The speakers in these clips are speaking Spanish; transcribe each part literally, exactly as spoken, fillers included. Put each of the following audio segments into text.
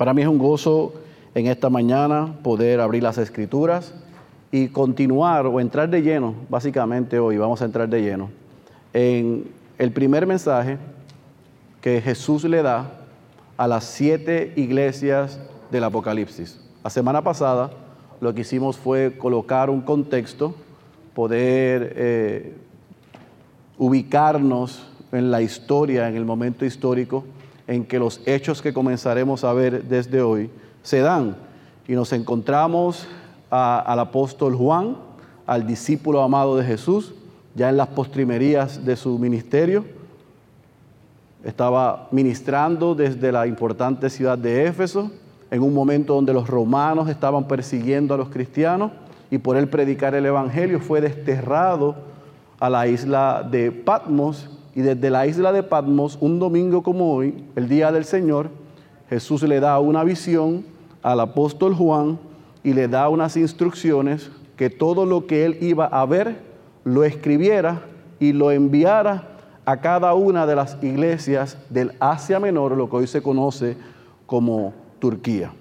Para mí es un gozo en esta mañana poder abrir las Escrituras y continuar o entrar de lleno, básicamente hoy vamos a entrar de lleno, en el primer mensaje que Jesús le da a las siete iglesias del Apocalipsis. La semana pasada lo que hicimos fue colocar un contexto, poder eh, ubicarnos en la historia, en el momento histórico en que los hechos que comenzaremos a ver desde hoy se dan. Y nos encontramos a, al apóstol Juan, al discípulo amado de Jesús, ya en las postrimerías de su ministerio. Estaba ministrando desde la importante ciudad de Éfeso, en un momento donde los romanos estaban persiguiendo a los cristianos, y por él predicar el evangelio fue desterrado a la isla de Patmos. Y desde la isla de Patmos, un domingo como hoy, el día del Señor, Jesús le da una visión al apóstol Juan y le da unas instrucciones que todo lo que él iba a ver lo escribiera y lo enviara a cada una de las iglesias del Asia Menor, lo que hoy se conoce como Turquía.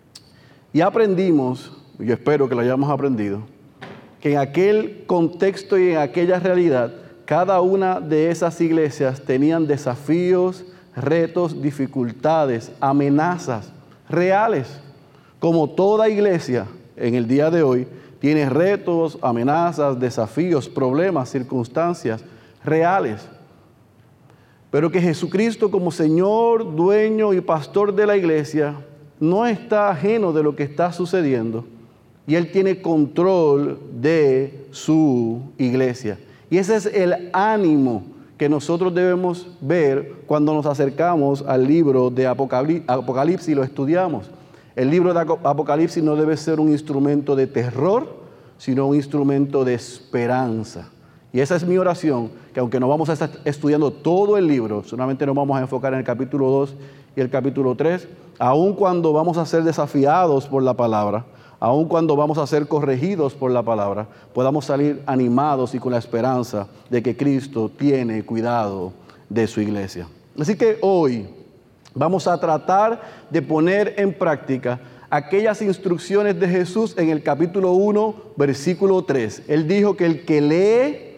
Y aprendimos, yo espero que lo hayamos aprendido, que en aquel contexto y en aquella realidad, cada una de esas iglesias tenían desafíos, retos, dificultades, amenazas reales. Como toda iglesia en el día de hoy tiene retos, amenazas, desafíos, problemas, circunstancias reales. Pero que Jesucristo, como Señor, dueño y pastor de la iglesia, no está ajeno de lo que está sucediendo y Él tiene control de su iglesia. Y ese es el ánimo que nosotros debemos ver cuando nos acercamos al libro de Apocalipsis y lo estudiamos. El libro de Apocalipsis no debe ser un instrumento de terror, sino un instrumento de esperanza. Y esa es mi oración, que aunque no vamos a estar estudiando todo el libro, solamente nos vamos a enfocar en el capítulo dos y el capítulo tres, aun cuando vamos a ser desafiados por la palabra, aun cuando vamos a ser corregidos por la palabra, podamos salir animados y con la esperanza de que Cristo tiene cuidado de su iglesia. Así que hoy vamos a tratar de poner en práctica aquellas instrucciones de Jesús en el capítulo uno, versículo tres. Él dijo que el que lee,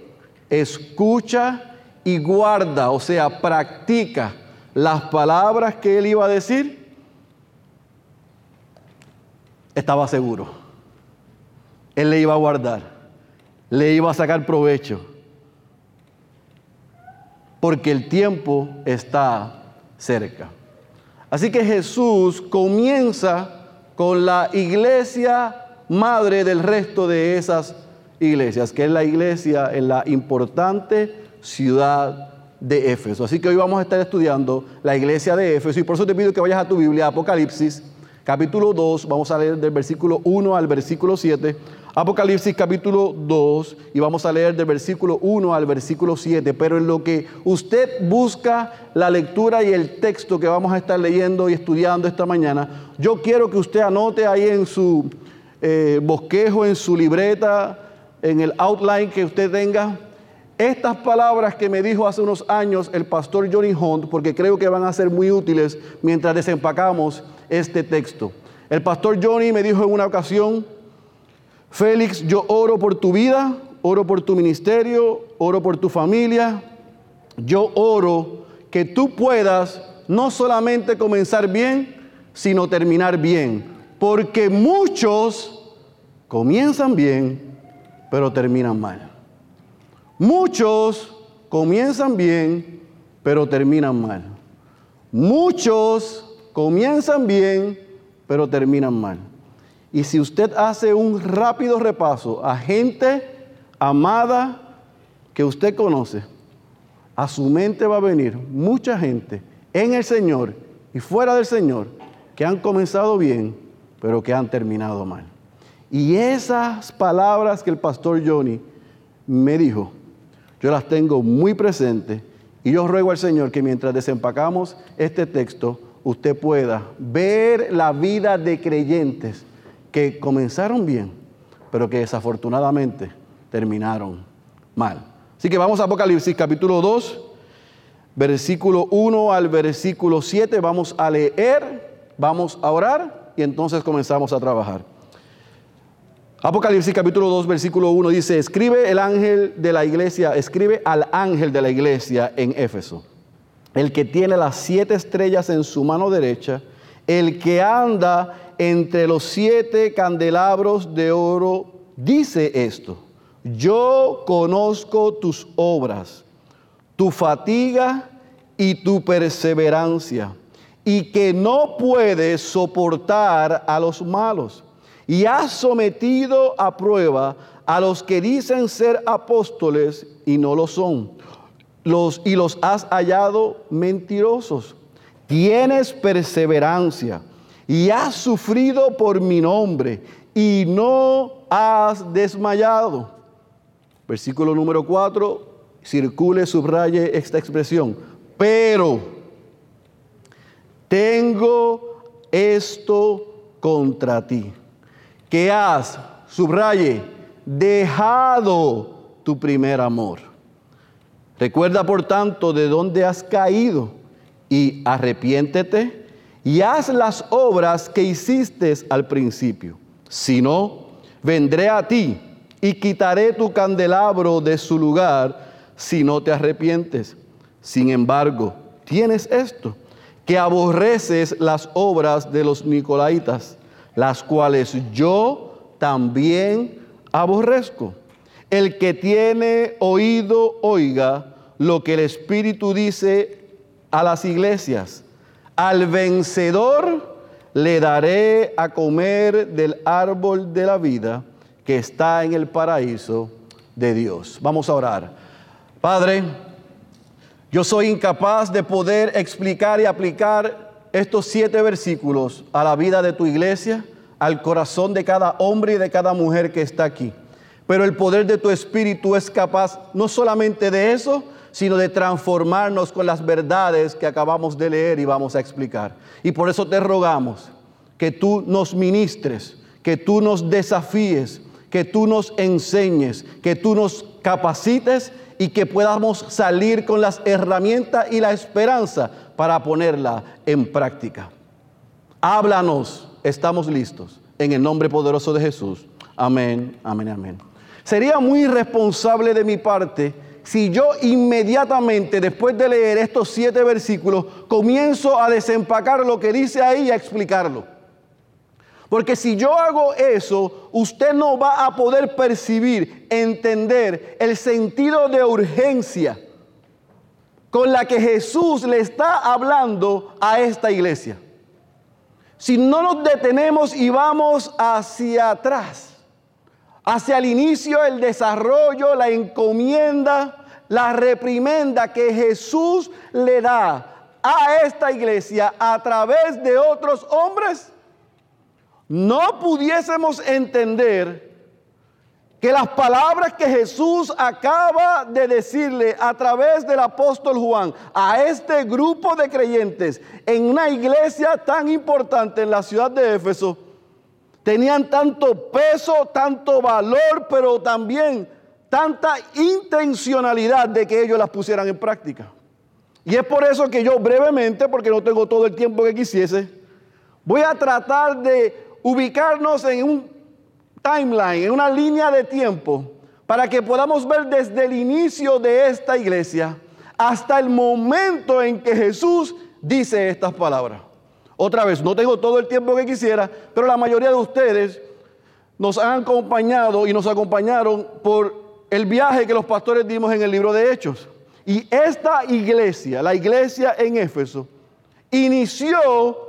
escucha y guarda, o sea, practica las palabras que él iba a decir, estaba seguro. Él le iba a guardar, le iba a sacar provecho, porque el tiempo está cerca. Así que Jesús comienza con la iglesia madre del resto de esas iglesias, que es la iglesia en la importante ciudad de Éfeso. Así que hoy vamos a estar estudiando la iglesia de Éfeso, y por eso te pido que vayas a tu Biblia, Apocalipsis, capítulo dos, vamos a leer del versículo uno al versículo siete, Apocalipsis capítulo dos, y vamos a leer del versículo uno al versículo siete, pero en lo que usted busca la lectura y el texto que vamos a estar leyendo y estudiando esta mañana, yo quiero que usted anote ahí en su eh, bosquejo, en su libreta, en el outline que usted tenga, estas palabras que me dijo hace unos años el pastor Johnny Hunt, porque creo que van a ser muy útiles mientras desempacamos este texto. El pastor Johnny me dijo en una ocasión: Félix, yo oro por tu vida, oro por tu ministerio, oro por tu familia. Yo oro que tú puedas no solamente comenzar bien, sino terminar bien. Porque muchos comienzan bien, pero terminan mal. Muchos comienzan bien, pero terminan mal. Muchos comienzan bien, pero terminan mal. Y si usted hace un rápido repaso a gente amada que usted conoce, a su mente va a venir mucha gente en el Señor y fuera del Señor que han comenzado bien, pero que han terminado mal. Y esas palabras que el pastor Johnny me dijo, yo las tengo muy presentes, y yo ruego al Señor que mientras desempacamos este texto, usted pueda ver la vida de creyentes que comenzaron bien, pero que desafortunadamente terminaron mal. Así que vamos a Apocalipsis capítulo dos, versículo uno al versículo siete. Vamos a leer vamos a orar y entonces comenzamos a trabajar. Apocalipsis capítulo dos, versículo uno dice, escribe el ángel de la iglesia, escribe al ángel de la iglesia en Éfeso, el que tiene las siete estrellas en su mano derecha, el que anda entre los siete candelabros de oro, dice esto: yo conozco tus obras, tu fatiga y tu perseverancia, y que no puedes soportar a los malos, y has sometido a prueba a los que dicen ser apóstoles y no lo son, los, y los has hallado mentirosos. Tienes perseverancia y has sufrido por mi nombre y no has desmayado. Versículo número cuatro, circule, subraye esta expresión. Pero tengo esto contra ti, que has, subraye, dejado tu primer amor. Recuerda, por tanto, de dónde has caído y arrepiéntete y haz las obras que hiciste al principio. Si no, vendré a ti y quitaré tu candelabro de su lugar si no te arrepientes. Sin embargo, tienes esto, que aborreces las obras de los nicolaítas, las cuales yo también aborrezco. El que tiene oído, oiga lo que el Espíritu dice a las iglesias. Al vencedor le daré a comer del árbol de la vida que está en el paraíso de Dios. Vamos a orar. Padre, yo soy incapaz de poder explicar y aplicar estos siete versículos a la vida de tu iglesia, al corazón de cada hombre y de cada mujer que está aquí. Pero el poder de tu Espíritu es capaz no solamente de eso, sino de transformarnos con las verdades que acabamos de leer y vamos a explicar. Y por eso te rogamos que tú nos ministres, que tú nos desafíes, que tú nos enseñes, que tú nos capacites y que podamos salir con las herramientas y la esperanza para ponerla en práctica. Háblanos, estamos listos. En el nombre poderoso de Jesús. Amén, amén, amén. Sería muy irresponsable de mi parte si yo inmediatamente, después de leer estos siete versículos, comienzo a desempacar lo que dice ahí y a explicarlo. Porque si yo hago eso, usted no va a poder percibir, entender el sentido de urgencia con la que Jesús le está hablando a esta iglesia. Si no nos detenemos y vamos hacia atrás, hacia el inicio, el desarrollo, la encomienda, la reprimenda que Jesús le da a esta iglesia a través de otros hombres, no pudiésemos entender que las palabras que Jesús acaba de decirle a través del apóstol Juan a este grupo de creyentes en una iglesia tan importante en la ciudad de Éfeso, tenían tanto peso, tanto valor, pero también tanta intencionalidad de que ellos las pusieran en práctica. Y es por eso que yo brevemente, porque no tengo todo el tiempo que quisiese, voy a tratar de ubicarnos en un timeline, en una línea de tiempo, para que podamos ver desde el inicio de esta iglesia hasta el momento en que Jesús dice estas palabras. Otra vez, no tengo todo el tiempo que quisiera, pero la mayoría de ustedes nos han acompañado y nos acompañaron por el viaje que los pastores dimos en el libro de Hechos. Y esta iglesia, la iglesia en Éfeso, inició,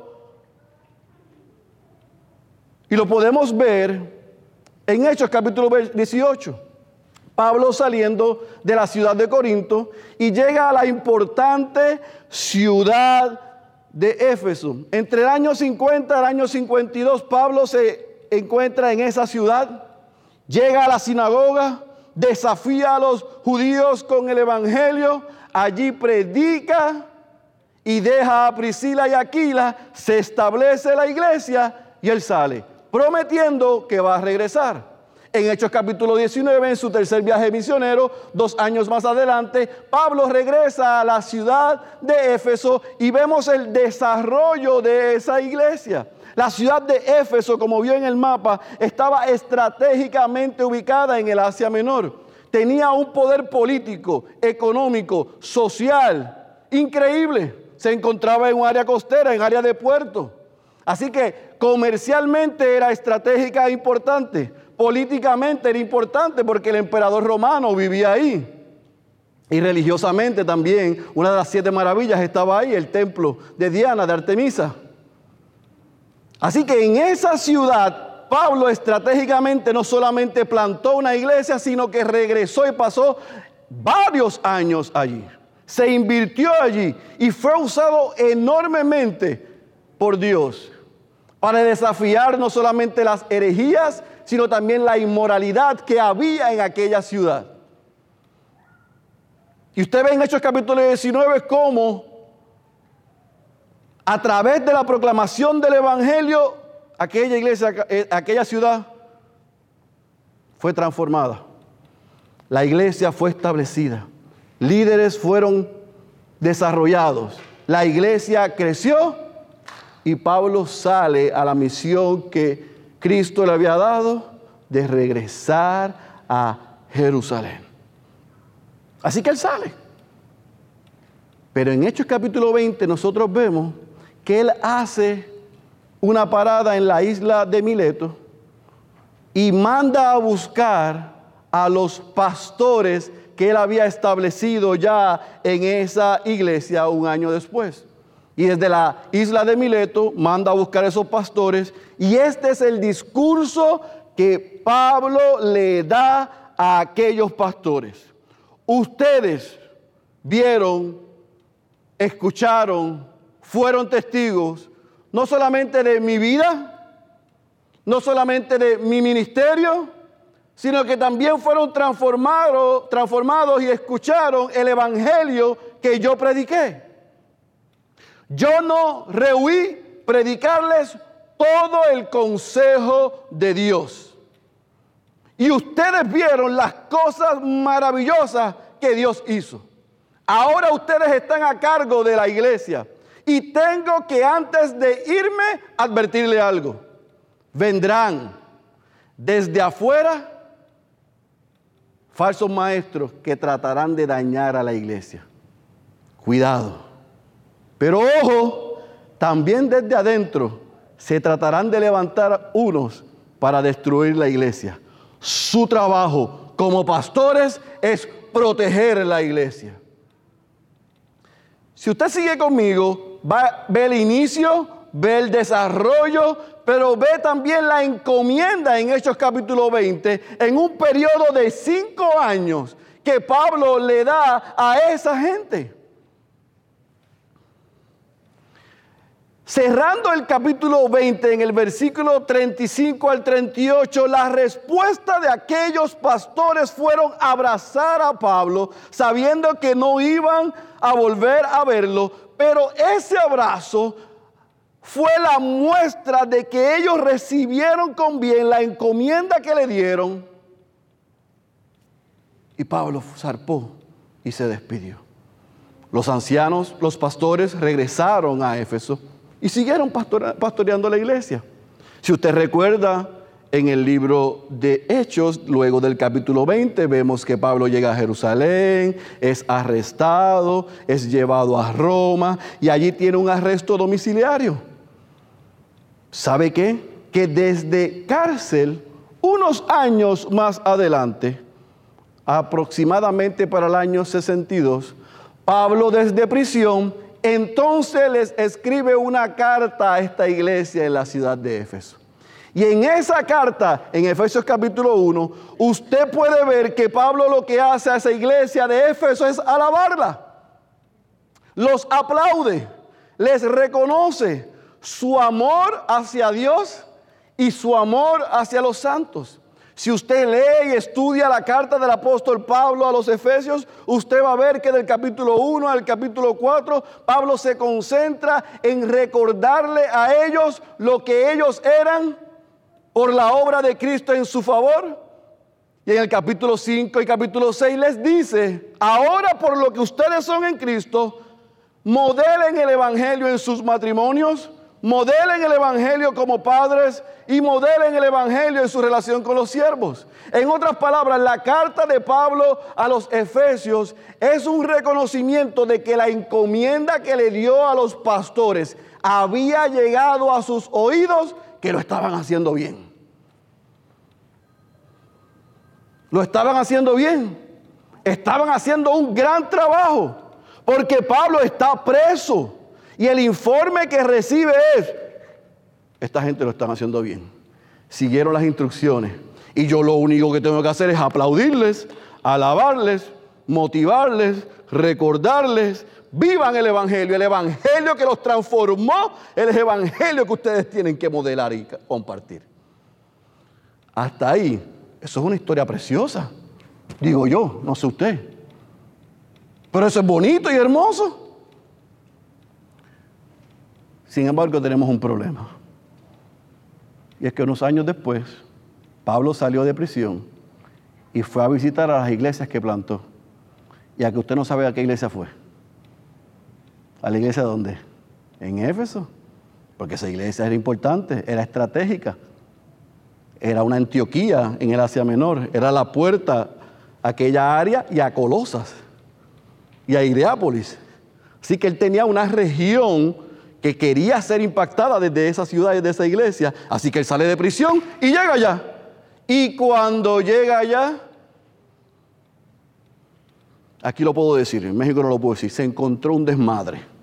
y lo podemos ver en Hechos capítulo dieciocho. Pablo saliendo de la ciudad de Corinto y llega a la importante ciudad de Éfeso. Entre el año cincuenta y el año cincuenta y dos, Pablo se encuentra en esa ciudad, llega a la sinagoga, desafía a los judíos con el evangelio, allí predica y deja a Priscila y Aquila, se establece la iglesia y él sale, prometiendo que va a regresar. En Hechos capítulo diecinueve, en su tercer viaje misionero, dos años más adelante, Pablo regresa a la ciudad de Éfeso y vemos el desarrollo de esa iglesia. La ciudad de Éfeso, como vio en el mapa, estaba estratégicamente ubicada en el Asia Menor. Tenía un poder político, económico, social, increíble. Se encontraba en un área costera, en área de puerto. Así que comercialmente era estratégica e importante. Políticamente era importante porque el emperador romano vivía ahí. Y religiosamente también, una de las siete maravillas estaba ahí, el templo de Diana, de Artemisa. Así que en esa ciudad, Pablo estratégicamente no solamente plantó una iglesia, sino que regresó y pasó varios años allí. Se invirtió allí y fue usado enormemente por Dios para desafiar no solamente las herejías, sino también la inmoralidad que había en aquella ciudad. Y usted ve en Hechos capítulo diecinueve cómo a través de la proclamación del evangelio, aquella iglesia, aquella ciudad fue transformada. La iglesia fue establecida. Líderes fueron desarrollados. La iglesia creció y Pablo sale a la misión que Cristo le había dado de regresar a Jerusalén. Así que él sale. Pero en Hechos capítulo veinte nosotros vemos que él hace una parada en la isla de Mileto y manda a buscar a los pastores que él había establecido ya en esa iglesia un año después. Y desde la isla de Mileto manda a buscar a esos pastores, y este es el discurso que Pablo le da a aquellos pastores. Ustedes vieron, escucharon, fueron testigos, no solamente de mi vida, no solamente de mi ministerio, sino que también fueron transformados, transformados y escucharon el evangelio que yo prediqué. Yo no rehuí predicarles todo el consejo de Dios. Y ustedes vieron las cosas maravillosas que Dios hizo. Ahora ustedes están a cargo de la iglesia. Y tengo que antes de irme advertirle algo. Vendrán desde afuera falsos maestros que tratarán de dañar a la iglesia. Cuidado. Pero ojo, también desde adentro se tratarán de levantar unos para destruir la iglesia. Su trabajo como pastores es proteger la iglesia. Si usted sigue conmigo, va, ve el inicio, ve el desarrollo, pero ve también la encomienda en Hechos capítulo veinte, en un periodo de cinco años que Pablo le da a esa gente. Cerrando el capítulo veinte, en el versículo treinta y cinco al treinta y ocho, la respuesta de aquellos pastores fueron abrazar a Pablo, sabiendo que no iban a volver a verlo, pero ese abrazo fue la muestra de que ellos recibieron con bien la encomienda que le dieron. Y Pablo zarpó y se despidió. Los ancianos, los pastores, regresaron a Éfeso y siguieron pastoreando la iglesia. Si usted recuerda, en el libro de Hechos, luego del capítulo veinte, vemos que Pablo llega a Jerusalén, es arrestado, es llevado a Roma y allí tiene un arresto domiciliario. ¿Sabe qué? Que desde cárcel, unos años más adelante, aproximadamente para el año sesenta y dos, Pablo desde prisión, entonces les escribe una carta a esta iglesia en la ciudad de Éfeso. Y en esa carta, en Efesios capítulo uno, usted puede ver que Pablo lo que hace a esa iglesia de Éfeso es alabarla. Los aplaude, les reconoce su amor hacia Dios y su amor hacia los santos. Si usted lee y estudia la carta del apóstol Pablo a los Efesios, usted va a ver que del capítulo uno al capítulo cuatro, Pablo se concentra en recordarle a ellos lo que ellos eran por la obra de Cristo en su favor, Y en el capítulo cinco y capítulo seis les dice, ahora por lo que ustedes son en Cristo, modelen el evangelio en sus matrimonios, modelen el evangelio como padres y modelen el evangelio en su relación con los siervos. En otras palabras, la carta de Pablo a los Efesios es un reconocimiento de que la encomienda que le dio a los pastores había llegado a sus oídos, que lo estaban haciendo bien. Lo estaban haciendo bien. Estaban haciendo un gran trabajo. Porque Pablo está preso. Y el informe que recibe es, esta gente lo están haciendo bien. Siguieron las instrucciones. Y yo lo único que tengo que hacer es aplaudirles, alabarles, motivarles, recordarles. Vivan el evangelio. El evangelio que los transformó, el evangelio que ustedes tienen que modelar y compartir. Hasta ahí. Eso es una historia preciosa, digo yo, no sé usted. Pero eso es bonito y hermoso. Sin embargo, tenemos un problema. Y es que unos años después, Pablo salió de prisión y fue a visitar a las iglesias que plantó. Y a que usted no sabe a qué iglesia fue. ¿A la iglesia dónde? En Éfeso. Porque esa iglesia era importante, era estratégica. Era una Antioquía en el Asia Menor. Era la puerta a aquella área y a Colosas y a Hierápolis. Así que él tenía una región que quería ser impactada desde esa ciudad y de esa iglesia. Así que él sale de prisión y llega allá. Y cuando llega allá, aquí lo puedo decir, en México no lo puedo decir, se encontró un desmadre.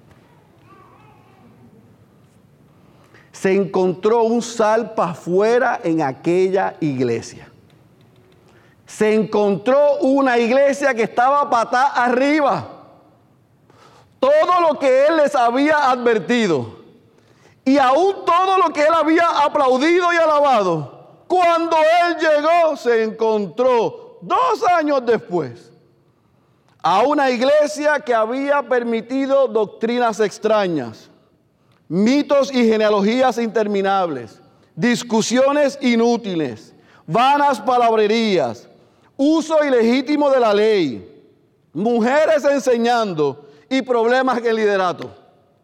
Se encontró un salpa afuera en aquella iglesia. Se encontró una iglesia que estaba patada arriba. Todo lo que él les había advertido y aún todo lo que él había aplaudido y alabado, cuando él llegó se encontró dos años después a una iglesia que había permitido doctrinas extrañas, mitos y genealogías interminables, discusiones inútiles, vanas palabrerías, uso ilegítimo de la ley, mujeres enseñando y problemas en el liderato.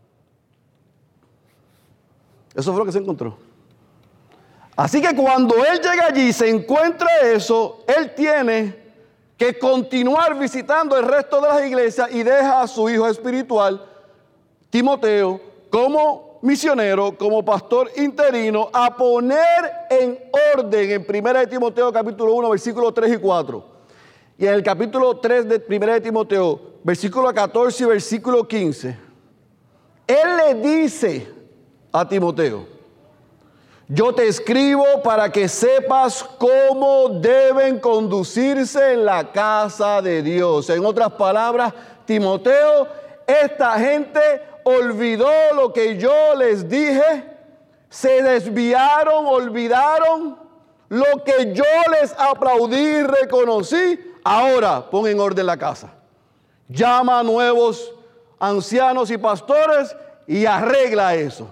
Eso fue lo que se encontró. Así que cuando él llega allí y se encuentra eso, él tiene que continuar visitando el resto de las iglesias y deja a su hijo espiritual, Timoteo, como misionero, como pastor interino, a poner en orden en primera de Timoteo capítulo uno, versículos tres y cuatro. Y en el capítulo tres de primera de Timoteo, versículo catorce y versículo quince, él le dice a Timoteo: yo te escribo para que sepas cómo deben conducirse en la casa de Dios. En otras palabras, Timoteo, esta gente olvidó lo que yo les dije, se desviaron, olvidaron lo que yo les aplaudí y reconocí. Ahora pon en orden la casa. Llama a nuevos ancianos y pastores y arregla eso.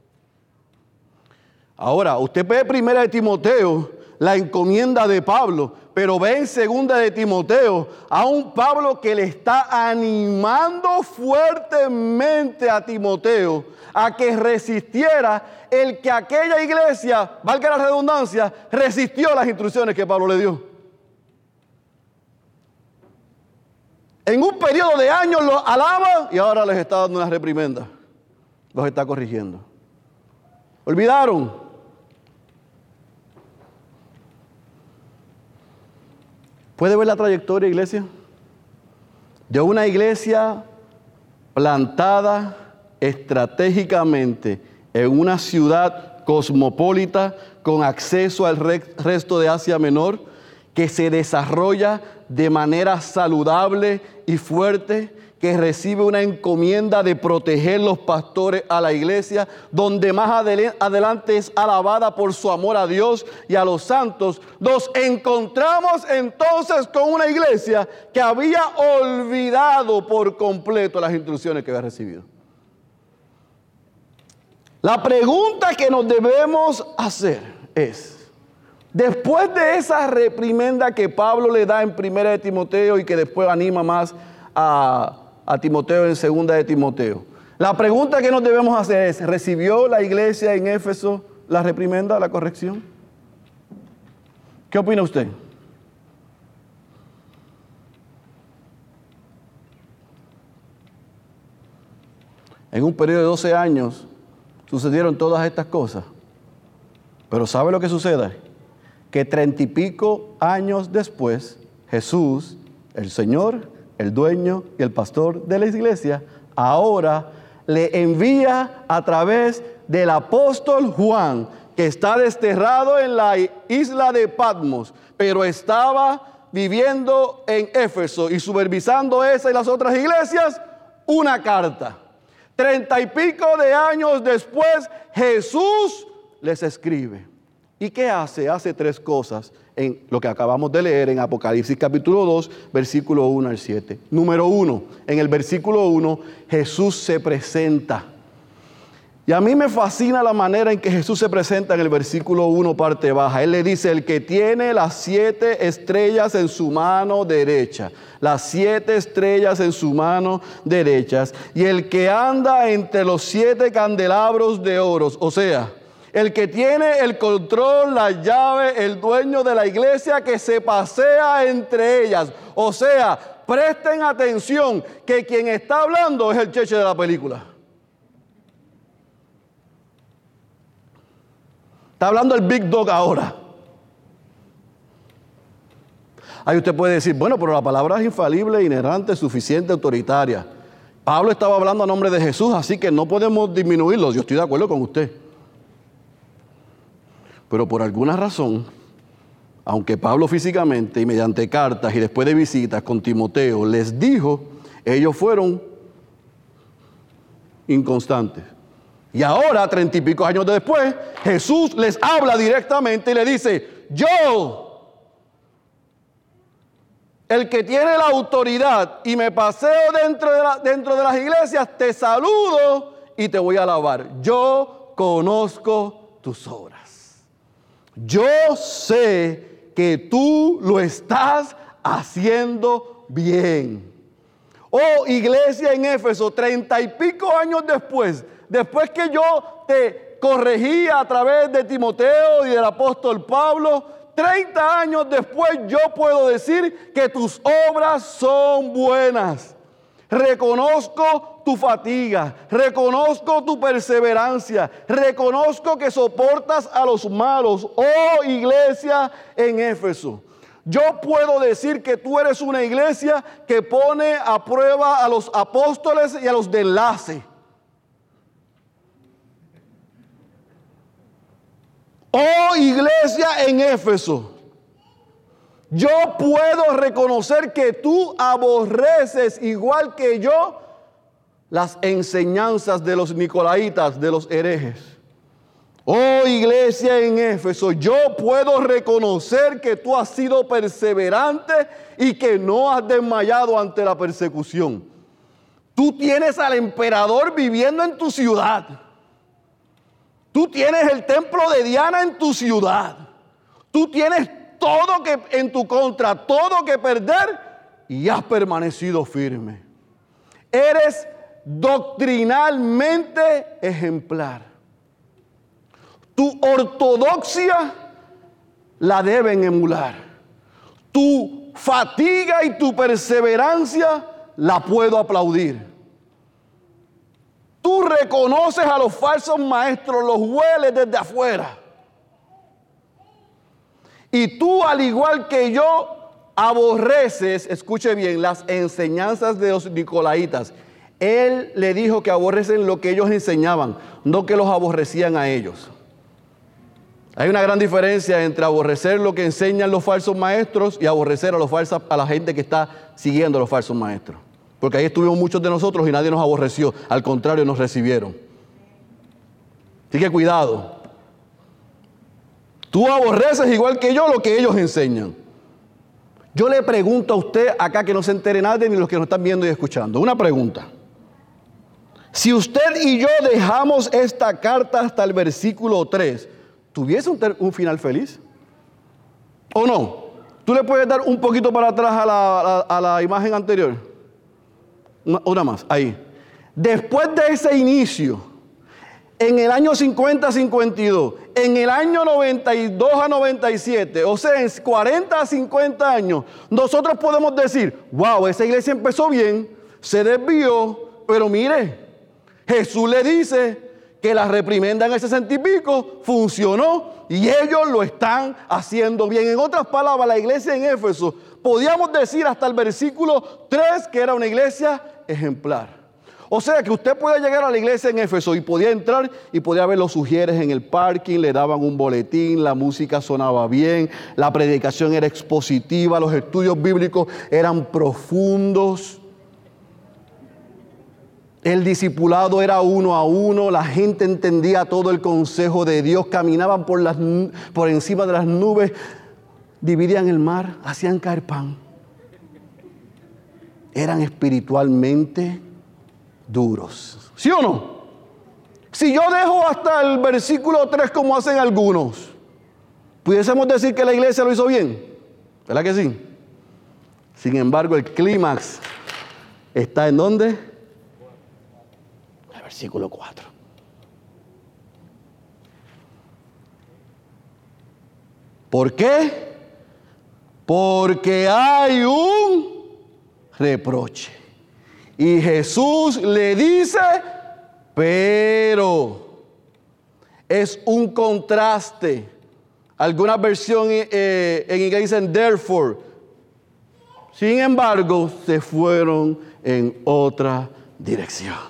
Ahora, usted ve primera de Timoteo, la encomienda de Pablo, pero ve en segunda de Timoteo a un Pablo que le está animando fuertemente a Timoteo a que resistiera el que aquella iglesia, valga la redundancia, resistió las instrucciones que Pablo le dio. En un periodo de años los alaba y ahora les está dando una reprimenda. Los está corrigiendo. Olvidaron. ¿Puede ver la trayectoria, iglesia? De una iglesia plantada estratégicamente en una ciudad cosmopolita con acceso al resto de Asia Menor, que se desarrolla de manera saludable y fuerte, que recibe una encomienda de proteger los pastores a la iglesia, donde más adelante es alabada por su amor a Dios y a los santos. Nos encontramos entonces con una iglesia que había olvidado por completo las instrucciones que había recibido. La pregunta que nos debemos hacer es: Después de esa reprimenda que Pablo le da en Primera de Timoteo y que después anima más a, a Timoteo en Segunda de Timoteo, la pregunta que nos debemos hacer es, ¿recibió la iglesia en Éfeso la reprimenda, la corrección? ¿Qué opina usted? En un periodo de doce años sucedieron todas estas cosas. Pero ¿sabe lo que sucede? Que treinta y pico años después, Jesús, el Señor, el dueño y el pastor de la iglesia, ahora le envía a través del apóstol Juan, que está desterrado en la isla de Patmos, pero estaba viviendo en Éfeso y supervisando esa y las otras iglesias, una carta. Treinta y pico de años después, Jesús les escribe. ¿Y qué hace? Hace tres cosas en lo que acabamos de leer en Apocalipsis capítulo dos, versículo uno al siete. Número uno, en el versículo uno, Jesús se presenta. Y a mí me fascina la manera en que Jesús se presenta en el versículo uno, parte baja. Él le dice, el que tiene las siete estrellas en su mano derecha. Las siete estrellas en su mano derecha. Y el que anda entre los siete candelabros de oro. O sea, el que tiene el control, la llave, el dueño de la iglesia que se pasea entre ellas. O sea, presten atención que quien está hablando es el cheche de la película. Está hablando el Big Dog ahora. Ahí usted puede decir, bueno, pero la palabra es infalible, inerrante, suficiente, autoritaria. Pablo estaba hablando a nombre de Jesús, así que no podemos disminuirlo. Yo estoy de acuerdo con usted. Pero por alguna razón, aunque Pablo físicamente y mediante cartas y después de visitas con Timoteo les dijo, ellos fueron inconstantes. Y ahora, treinta y pico años después, Jesús les habla directamente y le dice, yo, el que tiene la autoridad y me paseo dentro de, la, dentro de las iglesias, te saludo y te voy a alabar. Yo conozco tus obras. Yo sé que tú lo estás haciendo bien. Oh, iglesia en Éfeso, treinta y pico años después, después que yo te corregía a través de Timoteo y del apóstol Pablo, treinta años después yo puedo decir que tus obras son buenas. Reconozco tu fatiga, reconozco tu perseverancia, reconozco que soportas a los malos, oh iglesia en Éfeso. Yo puedo decir que tú eres una iglesia que pone a prueba a los apóstoles y a los de enlace. Oh iglesia en Éfeso, yo puedo reconocer que tú aborreces igual que yo las enseñanzas de los nicolaitas, de los herejes. Oh iglesia en Éfeso, yo puedo reconocer que tú has sido perseverante y que no has desmayado ante la persecución. Tú tienes al emperador viviendo en tu ciudad. Tú tienes el templo de Diana en tu ciudad. Tú tienes todo que en tu contra, todo que perder y has permanecido firme. Eres doctrinalmente ejemplar. Tu ortodoxia la deben emular. Tu fatiga y tu perseverancia la puedo aplaudir. Tú reconoces a los falsos maestros, los hueles desde afuera. Y tú, al igual que yo, aborreces, escuche bien, las enseñanzas de los nicolaitas. Él le dijo que aborrecen lo que ellos enseñaban, no que los aborrecían a ellos. Hay una gran diferencia entre aborrecer lo que enseñan los falsos maestros y aborrecer a, los falsos, a la gente que está siguiendo a los falsos maestros. Porque ahí estuvimos muchos de nosotros y nadie nos aborreció. Al contrario, nos recibieron. Así que cuidado. Tú aborreces igual que yo lo que ellos enseñan. Yo le pregunto a usted acá que no se entere nadie ni los que nos están viendo y escuchando. Una pregunta. Si usted y yo dejamos esta carta hasta el versículo tres, ¿tuviese un, un final feliz? ¿O no? ¿Tú le puedes dar un poquito para atrás a la, a, a la imagen anterior? Una, una más, ahí. Después de ese inicio, en el año cincuenta a cincuenta y dos, en el año noventa y dos a noventa y siete, o sea, en cuarenta a cincuenta años, nosotros podemos decir, wow, esa iglesia empezó bien, se desvió, pero mire, Jesús le dice que la reprimenda en el sesenta y pico funcionó y ellos lo están haciendo bien. En otras palabras, la iglesia en Éfeso, podíamos decir hasta el versículo tres que era una iglesia ejemplar. O sea que usted puede llegar a la iglesia en Éfeso y podía entrar y podía ver los sugieres en el parking, le daban un boletín, la música sonaba bien, la predicación era expositiva, los estudios bíblicos eran profundos. El discipulado era uno a uno, la gente entendía todo el consejo de Dios, caminaban por, las, por encima de las nubes, dividían el mar, hacían caer pan. Eran espiritualmente duros. ¿Sí o no? Si yo dejo hasta el versículo tres como hacen algunos, pudiésemos decir que la iglesia lo hizo bien. ¿Verdad que sí? Sin embargo, el clímax está ¿en dónde? Versículo cuatro. ¿Por qué? Porque hay un reproche. Y Jesús le dice, pero es un contraste. Algunas versiones eh, en inglés dicen therefore. Sin embargo, se fueron en otra dirección.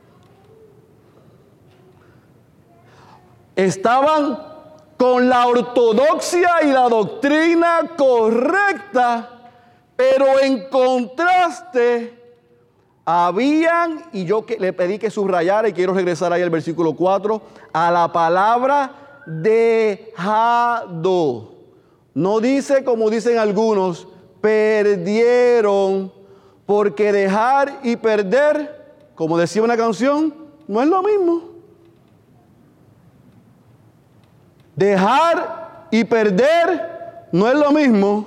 Estaban con la ortodoxia y la doctrina correcta, pero en contraste habían, y yo que le pedí que subrayara, y quiero regresar ahí al versículo cuatro, a la palabra dejado. No dice como dicen algunos, perdieron, porque dejar y perder, como decía una canción, no es lo mismo. Dejar y perder no es lo mismo.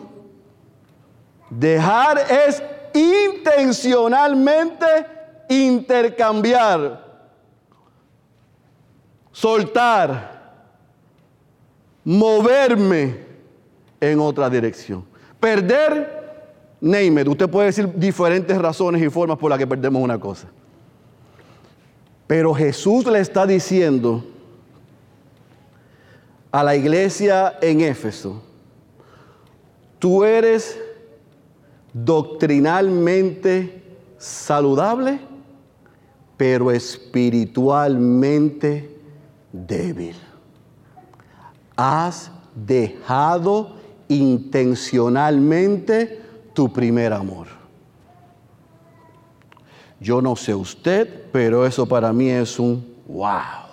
Dejar es intencionalmente intercambiar, soltar, moverme en otra dirección. Perder, name it. Usted puede decir diferentes razones y formas por las que perdemos una cosa. Pero Jesús le está diciendo a la iglesia en Éfeso, tú eres doctrinalmente saludable, pero espiritualmente débil. Has dejado intencionalmente tu primer amor. Yo no sé usted, pero eso para mí es un wow.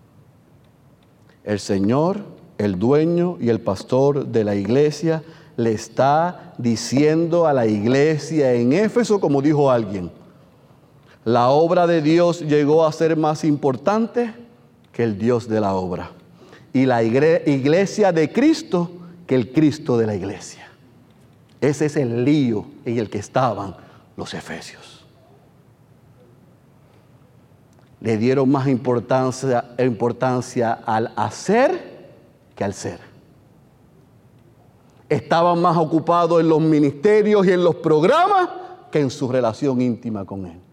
El Señor, el dueño y el pastor de la iglesia, le está diciendo a la iglesia en Éfeso, como dijo alguien, la obra de Dios llegó a ser más importante que el Dios de la obra. Y la iglesia de Cristo que el Cristo de la iglesia. Ese es el lío en el que estaban los efesios. Le dieron más importancia, importancia al hacer que al ser. Estaban más ocupados en los ministerios y en los programas que en su relación íntima con Él.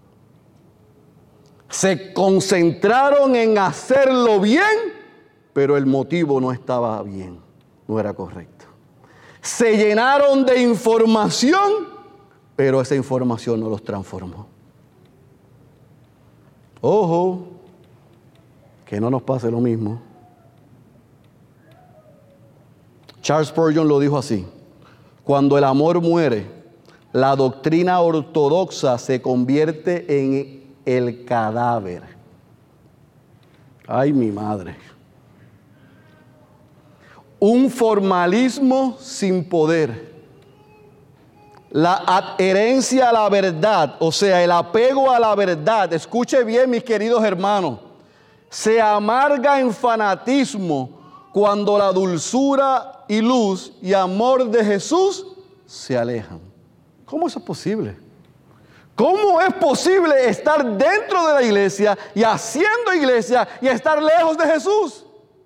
Se concentraron en hacerlo bien, pero el motivo no estaba bien, no era correcto. Se llenaron de información, pero esa información no los transformó. Ojo, que no nos pase lo mismo. Charles Spurgeon lo dijo así: cuando el amor muere, la doctrina ortodoxa se convierte en el cadáver. Ay, mi madre. Un formalismo sin poder. La adherencia a la verdad, o sea, el apego a la verdad, escuche bien, mis queridos hermanos, se amarga en fanatismo cuando la dulzura y luz y amor de Jesús se alejan. ¿Cómo eso es posible? ¿Cómo es posible estar dentro de la iglesia y haciendo iglesia y estar lejos de Jesús?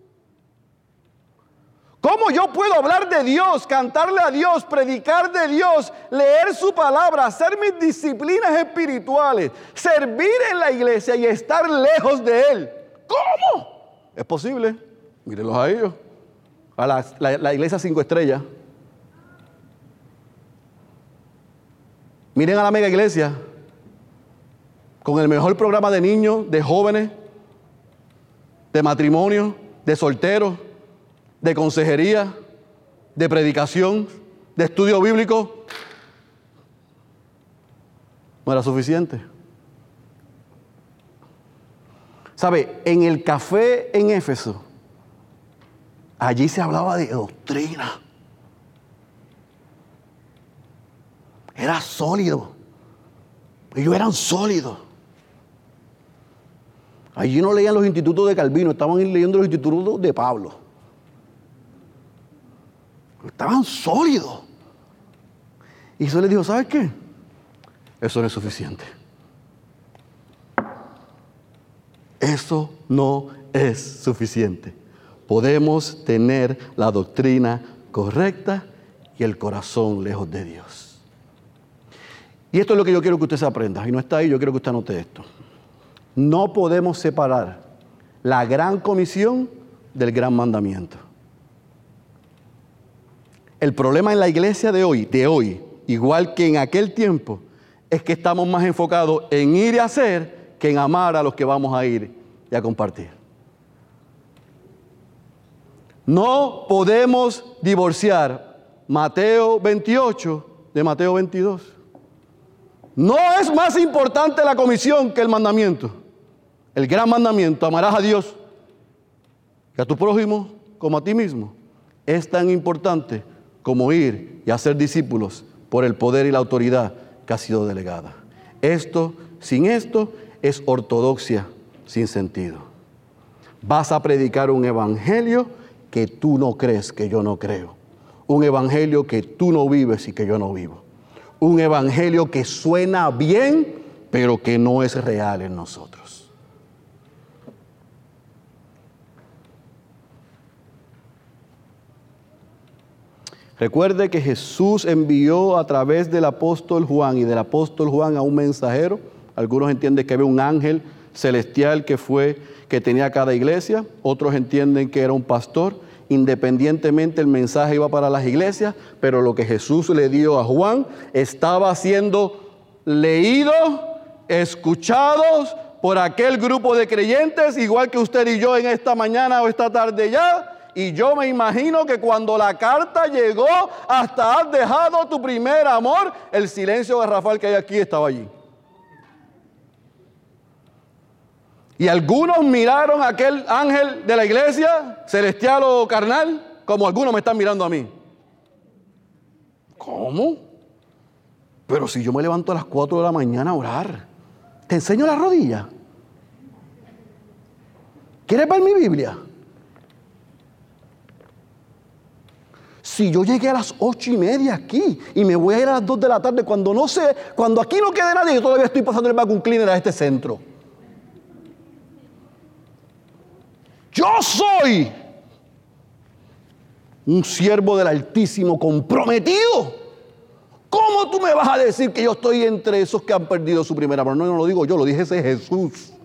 ¿Cómo yo puedo hablar de Dios, cantarle a Dios, predicar de Dios, leer su palabra, hacer mis disciplinas espirituales, servir en la iglesia y estar lejos de Él? ¿Cómo? Es posible. Mírenlos a ellos. A la, la, la iglesia cinco estrellas. Miren a la mega iglesia. Con el mejor programa de niños, de jóvenes, de matrimonio, de solteros, de consejería, de predicación, de estudio bíblico. No era suficiente. ¿Sabe? En el café en Éfeso, allí se hablaba de doctrina. Era sólido. Ellos eran sólidos. Allí no leían los institutos de Calvino, estaban leyendo los institutos de Pablo. Estaban sólidos. Y Jesús les dijo, ¿sabes qué? Eso no es suficiente. Eso no es suficiente. Podemos tener la doctrina correcta y el corazón lejos de Dios. Y esto es lo que yo quiero que usted se aprenda. Y no está ahí, yo quiero que usted anote esto. No podemos separar la gran comisión del gran mandamiento. El problema en la iglesia de hoy, de hoy, igual que en aquel tiempo, es que estamos más enfocados en ir y hacer que en amar a los que vamos a ir y a compartir. No podemos divorciar Mateo veintiocho de Mateo veintidós. No es más importante la comisión que el mandamiento. El gran mandamiento, amarás a Dios y a tu prójimo como a ti mismo, es tan importante como ir y hacer discípulos por el poder y la autoridad que ha sido delegada. Esto, sin esto, es ortodoxia sin sentido. Vas a predicar un evangelio que tú no crees, que yo no creo. Un evangelio que tú no vives y que yo no vivo. Un evangelio que suena bien, pero que no es real en nosotros. Recuerde que Jesús envió a través del apóstol Juan y del apóstol Juan a un mensajero. Algunos entienden que había un ángel celestial que fue, que tenía cada iglesia. Otros entienden que era un pastor. Independientemente el mensaje iba para las iglesias, pero lo que Jesús le dio a Juan estaba siendo leído, escuchados por aquel grupo de creyentes, igual que usted y yo en esta mañana o esta tarde ya. Y yo me imagino que cuando la carta llegó hasta has dejado tu primer amor, el silencio garrafal que hay aquí estaba allí. Y algunos miraron a aquel ángel de la iglesia, celestial o carnal, como algunos me están mirando a mí. ¿Cómo? Pero si yo me levanto a las cuatro de la mañana a orar, ¿te enseño la rodilla? ¿Quieres ver mi Biblia? Si yo llegué a las ocho y media aquí y me voy a ir a las dos de la tarde, cuando no sé, cuando aquí no quede nadie, yo todavía estoy pasando el vacuum cleaner a este centro. Yo soy un siervo del Altísimo comprometido. ¿Cómo tú me vas a decir que yo estoy entre esos que han perdido su primer amor? No, no lo digo yo, lo dije ese Jesús.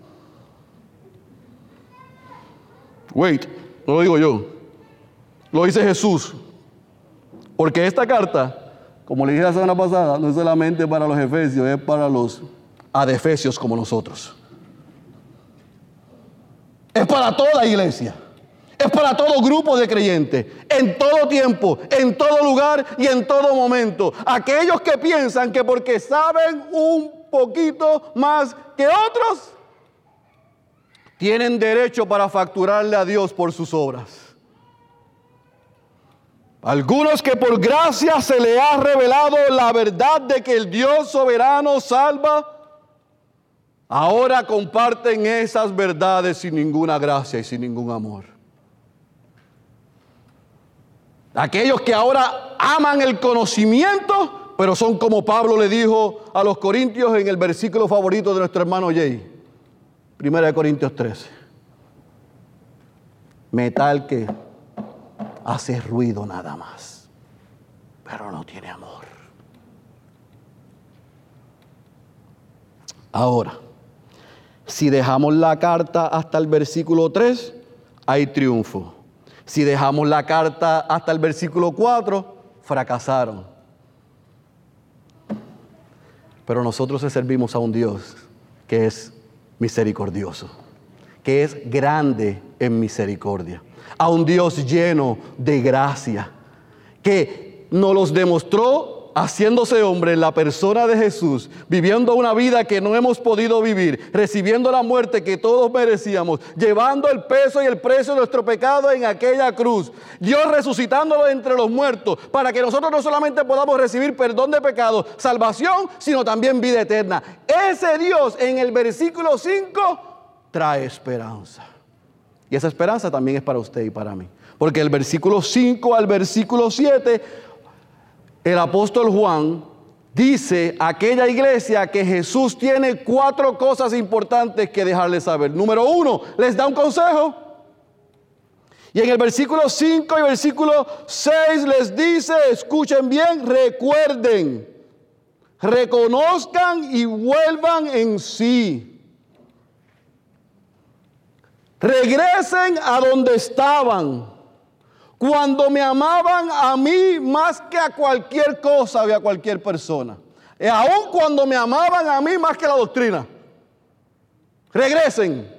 Wait, no lo digo yo. Lo dice Jesús. Porque esta carta, como le dije la semana pasada, no es solamente para los efesios, es para los adefesios como nosotros. Es para toda iglesia. Es para todo grupo de creyentes. En todo tiempo, en todo lugar y en todo momento. Aquellos que piensan que porque saben un poquito más que otros, tienen derecho para facturarle a Dios por sus obras. Algunos que por gracia se le ha revelado la verdad de que el Dios soberano salva, ahora comparten esas verdades sin ninguna gracia y sin ningún amor. Aquellos que ahora aman el conocimiento, pero son como Pablo le dijo a los corintios en el versículo favorito de nuestro hermano Jay. Primera de Corintios trece. Metal que hace ruido nada más, pero no tiene amor. Ahora, si dejamos la carta hasta el versículo tres, hay triunfo. Si dejamos la carta hasta el versículo cuatro, fracasaron. Pero nosotros le servimos a un Dios que es misericordioso, que es grande en misericordia, a un Dios lleno de gracia, que nos los demostró haciéndose hombre en la persona de Jesús, viviendo una vida que no hemos podido vivir, recibiendo la muerte que todos merecíamos, llevando el peso y el precio de nuestro pecado en aquella cruz, Dios resucitándolo entre los muertos, para que nosotros no solamente podamos recibir perdón de pecados, salvación, sino también vida eterna. Ese Dios en el versículo cinco trae esperanza. Y esa esperanza también es para usted y para mí. Porque el versículo cinco al versículo siete, el apóstol Juan dice a aquella iglesia que Jesús tiene cuatro cosas importantes que dejarles saber. Número uno, les da un consejo. Y en el versículo cinco y versículo seis les dice, escuchen bien, recuerden, reconozcan y vuelvan en sí. Regresen a donde estaban, cuando me amaban a mí más que a cualquier cosa y a cualquier persona. Y aún cuando me amaban a mí más que la doctrina. Regresen.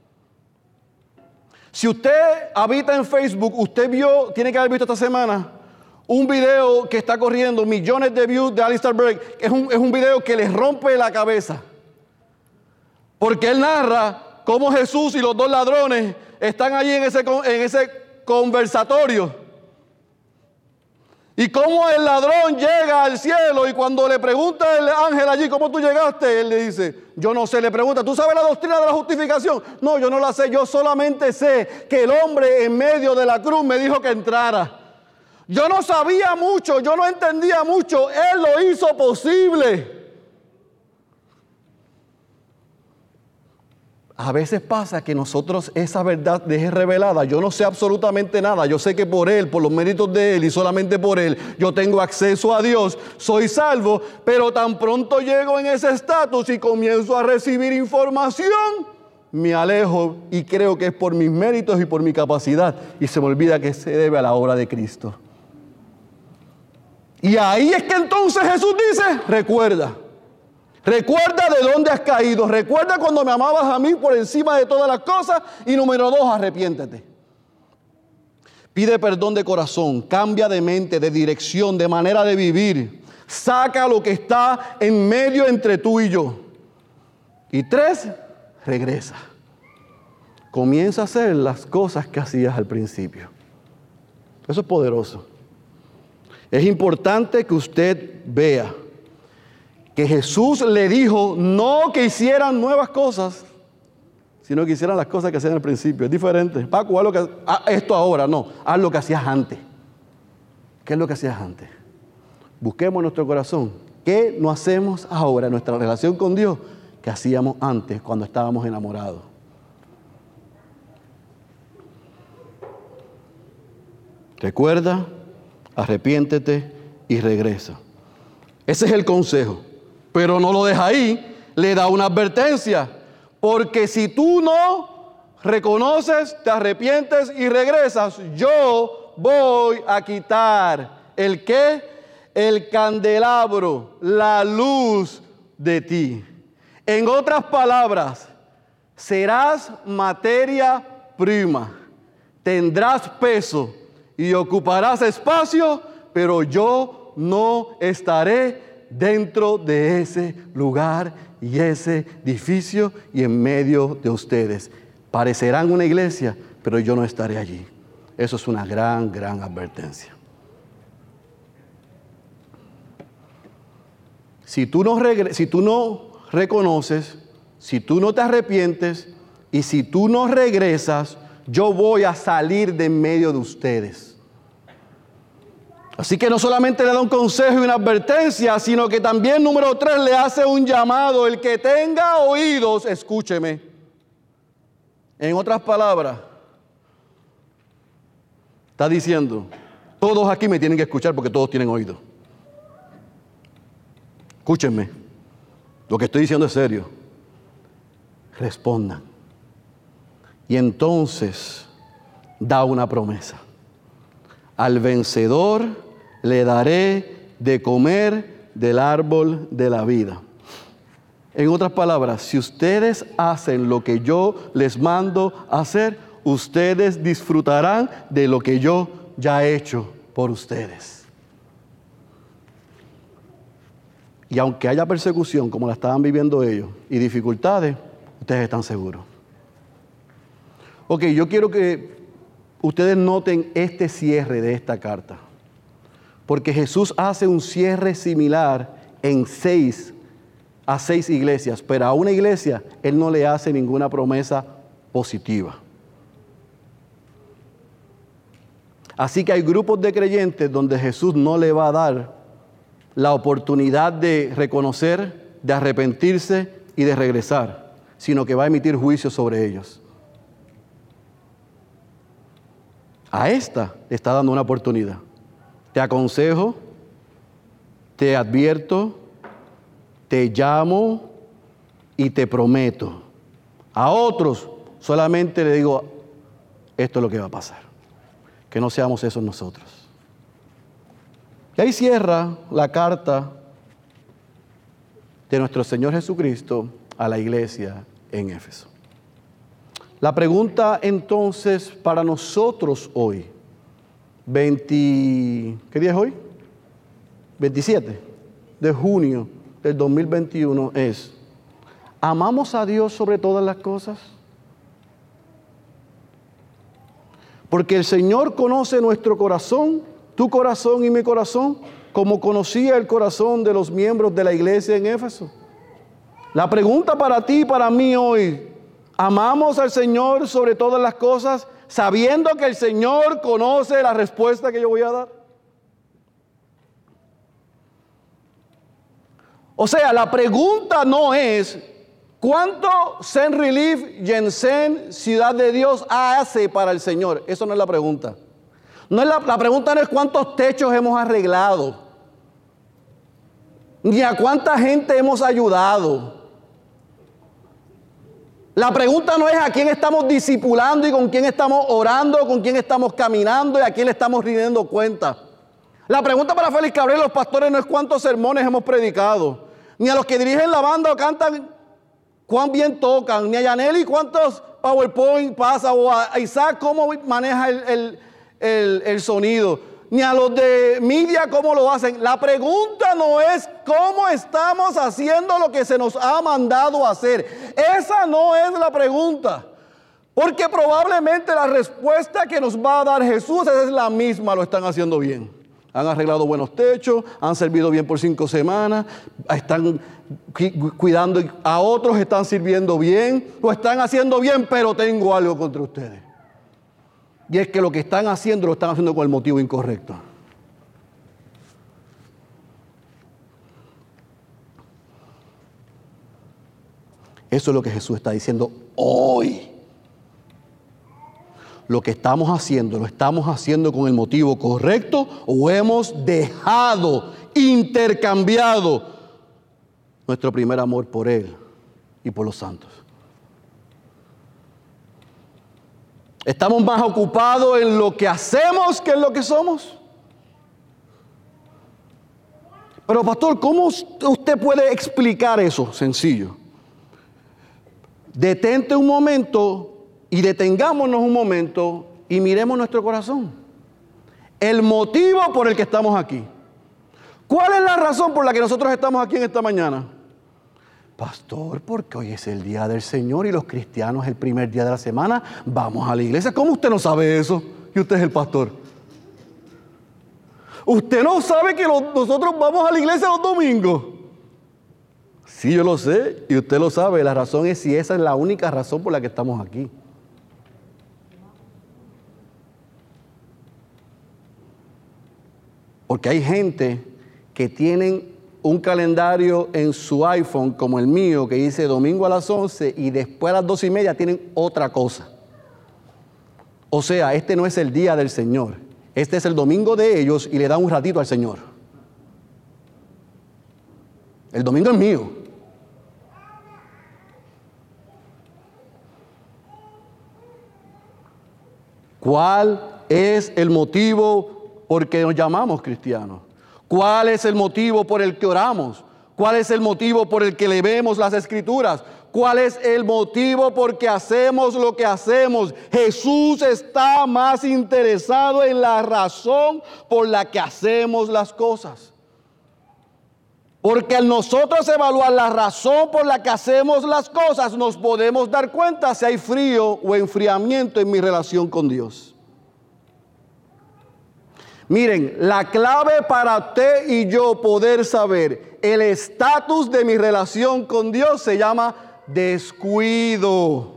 Si usted habita en Facebook, usted vio, tiene que haber visto esta semana, un video que está corriendo millones de views de Alistair Begg. Es un, es un video que les rompe la cabeza. Porque él narra cómo Jesús y los dos ladrones están allí en ese, en ese conversatorio. Y cómo el ladrón llega al cielo y cuando le pregunta el ángel allí, ¿cómo tú llegaste? Él le dice, yo no sé. Le pregunta, ¿tú sabes la doctrina de la justificación? No, yo no la sé. Yo solamente sé que el hombre en medio de la cruz me dijo que entrara. Yo no sabía mucho, yo no entendía mucho. Él lo hizo posible. A veces pasa que nosotros esa verdad deje revelada. Yo no sé absolutamente nada. Yo sé que por Él, por los méritos de Él y solamente por Él, yo tengo acceso a Dios, soy salvo, pero tan pronto llego en ese estatus y comienzo a recibir información, me alejo y creo que es por mis méritos y por mi capacidad. Y se me olvida que se debe a la obra de Cristo. Y ahí es que entonces Jesús dice, recuerda. Recuerda de dónde has caído. Recuerda cuando me amabas a mí por encima de todas las cosas. Y número dos, arrepiéntete. Pide perdón de corazón. Cambia de mente, de dirección, de manera de vivir. Saca lo que está en medio entre tú y yo. Y tres, regresa. Comienza a hacer las cosas que hacías al principio. Eso es poderoso. Es importante que usted vea que Jesús le dijo no que hicieran nuevas cosas, sino que hicieran las cosas que hacían al principio. Es diferente. Paco, haz lo que, haz esto ahora. No, haz lo que hacías antes. ¿Qué es lo que hacías antes? Busquemos en nuestro corazón. ¿Qué no hacemos ahora en nuestra relación con Dios que hacíamos antes cuando estábamos enamorados? Recuerda, arrepiéntete y regresa. Ese es el consejo. Pero no lo deja ahí, le da una advertencia. Porque si tú no reconoces, te arrepientes y regresas, yo voy a quitar el ¿qué? El candelabro, la luz de ti. En otras palabras, serás materia prima, tendrás peso y ocuparás espacio, pero yo no estaré dentro de ese lugar y ese edificio y en medio de ustedes. Parecerán una iglesia, pero yo no estaré allí. Eso es una gran, gran advertencia. Si tú no, regre- si tú no reconoces, si tú no te arrepientes y si tú no regresas, yo voy a salir de en medio de ustedes. Así que no solamente le da un consejo y una advertencia, sino que también, número tres, le hace un llamado. El que tenga oídos, escúcheme. En otras palabras, está diciendo, todos aquí me tienen que escuchar porque todos tienen oídos. Escúchenme, lo que estoy diciendo es serio. Respondan. Y entonces da una promesa. Al vencedor le daré de comer del árbol de la vida. En otras palabras, si ustedes hacen lo que yo les mando hacer, ustedes disfrutarán de lo que yo ya he hecho por ustedes. Y aunque haya persecución, como la estaban viviendo ellos, y dificultades, ustedes están seguros. Ok, yo quiero que ustedes noten este cierre de esta carta. Porque Jesús hace un cierre similar en seis, a seis iglesias, pero a una iglesia Él no le hace ninguna promesa positiva. Así que hay grupos de creyentes donde Jesús no le va a dar la oportunidad de reconocer, de arrepentirse y de regresar, sino que va a emitir juicio sobre ellos. A esta le está dando una oportunidad. Te aconsejo, te advierto, te llamo y te prometo. A otros solamente le digo, esto es lo que va a pasar. Que no seamos esos nosotros. Y ahí cierra la carta de nuestro Señor Jesucristo a la iglesia en Éfeso. La pregunta entonces para nosotros hoy, veinte, ¿qué día es hoy? veintisiete de junio del dos mil veintiuno es, ¿amamos a Dios sobre todas las cosas? Porque el Señor conoce nuestro corazón, tu corazón y mi corazón, como conocía el corazón de los miembros de la iglesia en Éfeso. La pregunta para ti y para mí hoy, ¿amamos al Señor sobre todas las cosas, sabiendo que el Señor conoce la respuesta que yo voy a dar? O sea, la pregunta no es ¿cuánto Zen Relief, Jensen, Ciudad de Dios hace para el Señor? Eso no es la pregunta. No es la, la pregunta no es cuántos techos hemos arreglado, ni a cuánta gente hemos ayudado. La pregunta no es a quién estamos discipulando y con quién estamos orando, con quién estamos caminando y a quién le estamos rindiendo cuenta. La pregunta para Félix Cabrera y los pastores no es cuántos sermones hemos predicado, ni a los que dirigen la banda o cantan cuán bien tocan, ni a Yaneli cuántos PowerPoint pasa, o a Isaac cómo maneja el, el, el, el sonido, ni a los de media cómo lo hacen. La pregunta no es cómo estamos haciendo lo que se nos ha mandado hacer. Esa no es la pregunta. Porque probablemente la respuesta que nos va a dar Jesús es la misma: lo están haciendo bien. Han arreglado buenos techos, han servido bien por cinco semanas, están cuidando a otros, están sirviendo bien, lo están haciendo bien, pero tengo algo contra ustedes. Y es que lo que están haciendo lo están haciendo con el motivo incorrecto. Eso es lo que Jesús está diciendo hoy. Lo que estamos haciendo, ¿lo estamos haciendo con el motivo correcto o hemos dejado, intercambiado nuestro primer amor por Él y por los santos? ¿Estamos más ocupados en lo que hacemos que en lo que somos? Pero pastor, ¿cómo usted puede explicar eso? Sencillo. Detente un momento y detengámonos un momento y miremos nuestro corazón. El motivo por el que estamos aquí. ¿Cuál es la razón por la que nosotros estamos aquí en esta mañana? Pastor, porque hoy es el día del Señor y los cristianos el primer día de la semana vamos a la iglesia. ¿Cómo usted no sabe eso? Y usted es el pastor. ¿Usted no sabe que los, nosotros vamos a la iglesia los domingos? Sí, yo lo sé y usted lo sabe. La razón es si esa es la única razón por la que estamos aquí. Porque hay gente que tienen un calendario en su iPhone como el mío que dice domingo a las once y después a las dos y media tienen otra cosa. O sea, este no es el día del Señor. Este es el domingo de ellos y le dan un ratito al Señor. El domingo es mío. ¿Cuál es el motivo por que nos llamamos cristianos? ¿Cuál es el motivo por el que oramos? ¿Cuál es el motivo por el que leemos las Escrituras? ¿Cuál es el motivo por que hacemos lo que hacemos? Jesús está más interesado en la razón por la que hacemos las cosas. Porque al nosotros evaluar la razón por la que hacemos las cosas, nos podemos dar cuenta si hay frío o enfriamiento en mi relación con Dios. Miren, la clave para usted y yo poder saber el estatus de mi relación con Dios se llama descuido.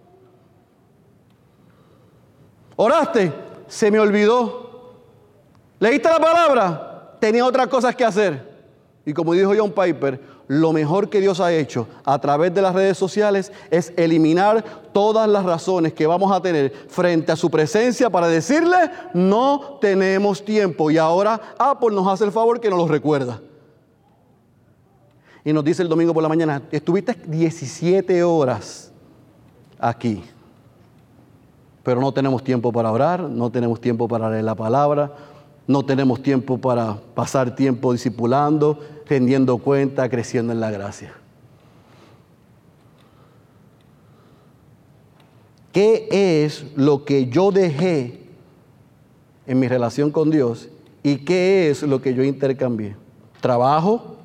¿Oraste? Se me olvidó. ¿Leíste la palabra? Tenía otras cosas que hacer. Y como dijo John Piper, lo mejor que Dios ha hecho a través de las redes sociales es eliminar todas las razones que vamos a tener frente a su presencia para decirle, no tenemos tiempo. Y ahora Apple nos hace el favor que nos lo recuerda. Y nos dice el domingo por la mañana, estuviste diecisiete horas aquí. Pero no tenemos tiempo para orar, no tenemos tiempo para leer la palabra, no tenemos tiempo para pasar tiempo discipulando, rendiendo cuenta, creciendo en la gracia. ¿Qué es lo que yo dejé en mi relación con Dios y qué es lo que yo intercambié? ¿Trabajo?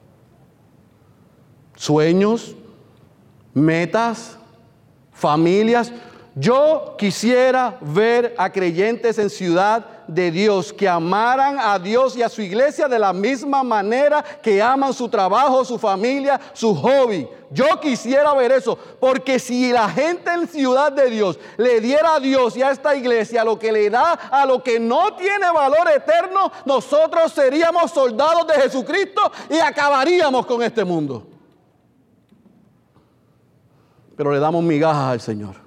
¿Sueños? ¿Metas? ¿Familias? Yo quisiera ver a creyentes en Ciudad de Dios que amaran a Dios y a su iglesia de la misma manera que aman su trabajo, su familia, su hobby. Yo quisiera ver eso, porque si la gente en Ciudad de Dios le diera a Dios y a esta iglesia lo que le da a lo que no tiene valor eterno, nosotros seríamos soldados de Jesucristo y acabaríamos con este mundo. Pero le damos migajas al Señor.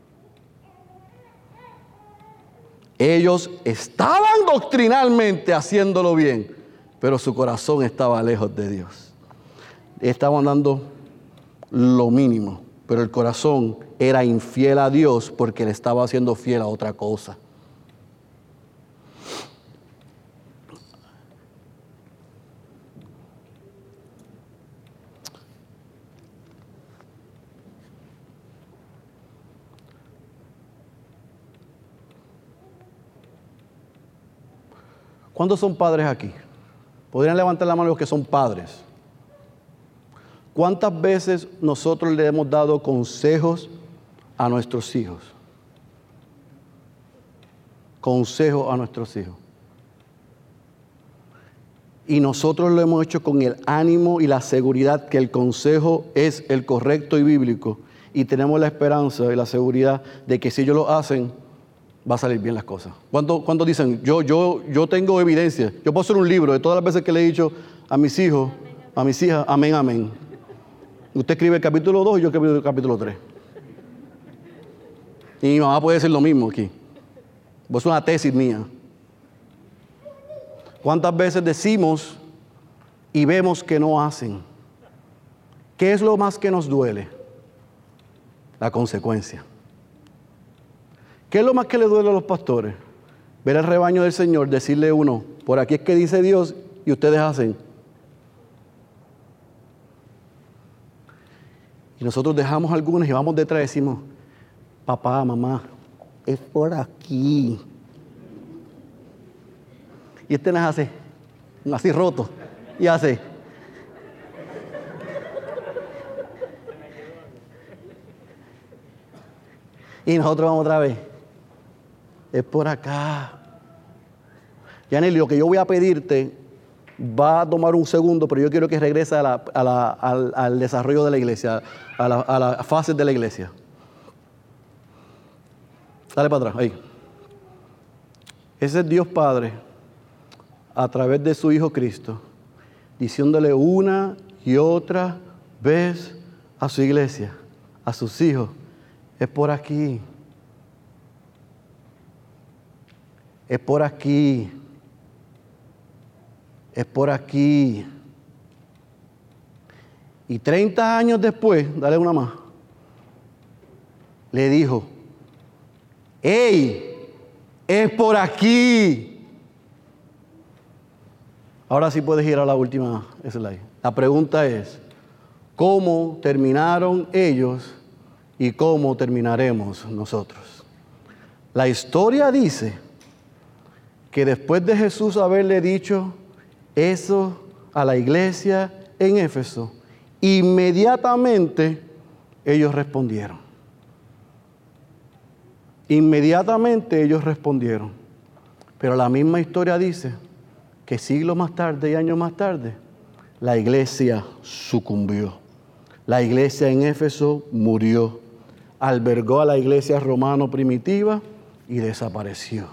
Ellos estaban doctrinalmente haciéndolo bien, pero su corazón estaba lejos de Dios. Estaban dando lo mínimo, pero el corazón era infiel a Dios porque le estaba haciendo fiel a otra cosa. ¿Cuántos son padres aquí? ¿Podrían levantar la mano los que son padres? ¿Cuántas veces nosotros le hemos dado consejos a nuestros hijos? Consejos a nuestros hijos. Y nosotros lo hemos hecho con el ánimo y la seguridad que el consejo es el correcto y bíblico. Y tenemos la esperanza y la seguridad de que si ellos lo hacen, va a salir bien las cosas. ¿Cuántos cuánto dicen? Yo, yo, yo tengo evidencia. Yo puedo hacer un libro de todas las veces que le he dicho a mis hijos, a mis hijas, amén, amén. Usted escribe el capítulo dos y yo escribo el capítulo tres. Y mi mamá puede decir lo mismo aquí. Es una tesis mía. ¿Cuántas veces decimos y vemos que no hacen? ¿Qué es lo más que nos duele? La consecuencia. ¿Qué es lo más que le duele a los pastores? Ver al rebaño del Señor, decirle uno, por aquí es que dice Dios y ustedes hacen. Y nosotros dejamos algunos y vamos detrás y decimos, papá, mamá, es por aquí. Y este nos hace, así roto, y hace. Y nosotros vamos otra vez. Es por acá. Yaneli, lo que yo voy a pedirte va a tomar un segundo, pero yo quiero que regrese a la, a la, al, al desarrollo de la iglesia, a las a la fases de la iglesia. Dale para atrás, ahí. Ese es Dios Padre a través de su Hijo Cristo, diciéndole una y otra vez a su iglesia, a sus hijos, es por aquí, es por aquí, es por aquí. Y treinta años después, dale una más, le dijo, ¡hey! Es por aquí. Ahora sí puedes ir a la última slide. La pregunta es, ¿cómo terminaron ellos y cómo terminaremos nosotros? La historia dice que después de Jesús haberle dicho eso a la iglesia en Éfeso, inmediatamente ellos respondieron. Inmediatamente ellos respondieron. Pero la misma historia dice que siglos más tarde y años más tarde, la iglesia sucumbió. La iglesia en Éfeso murió. Albergó a la iglesia romana primitiva y desapareció.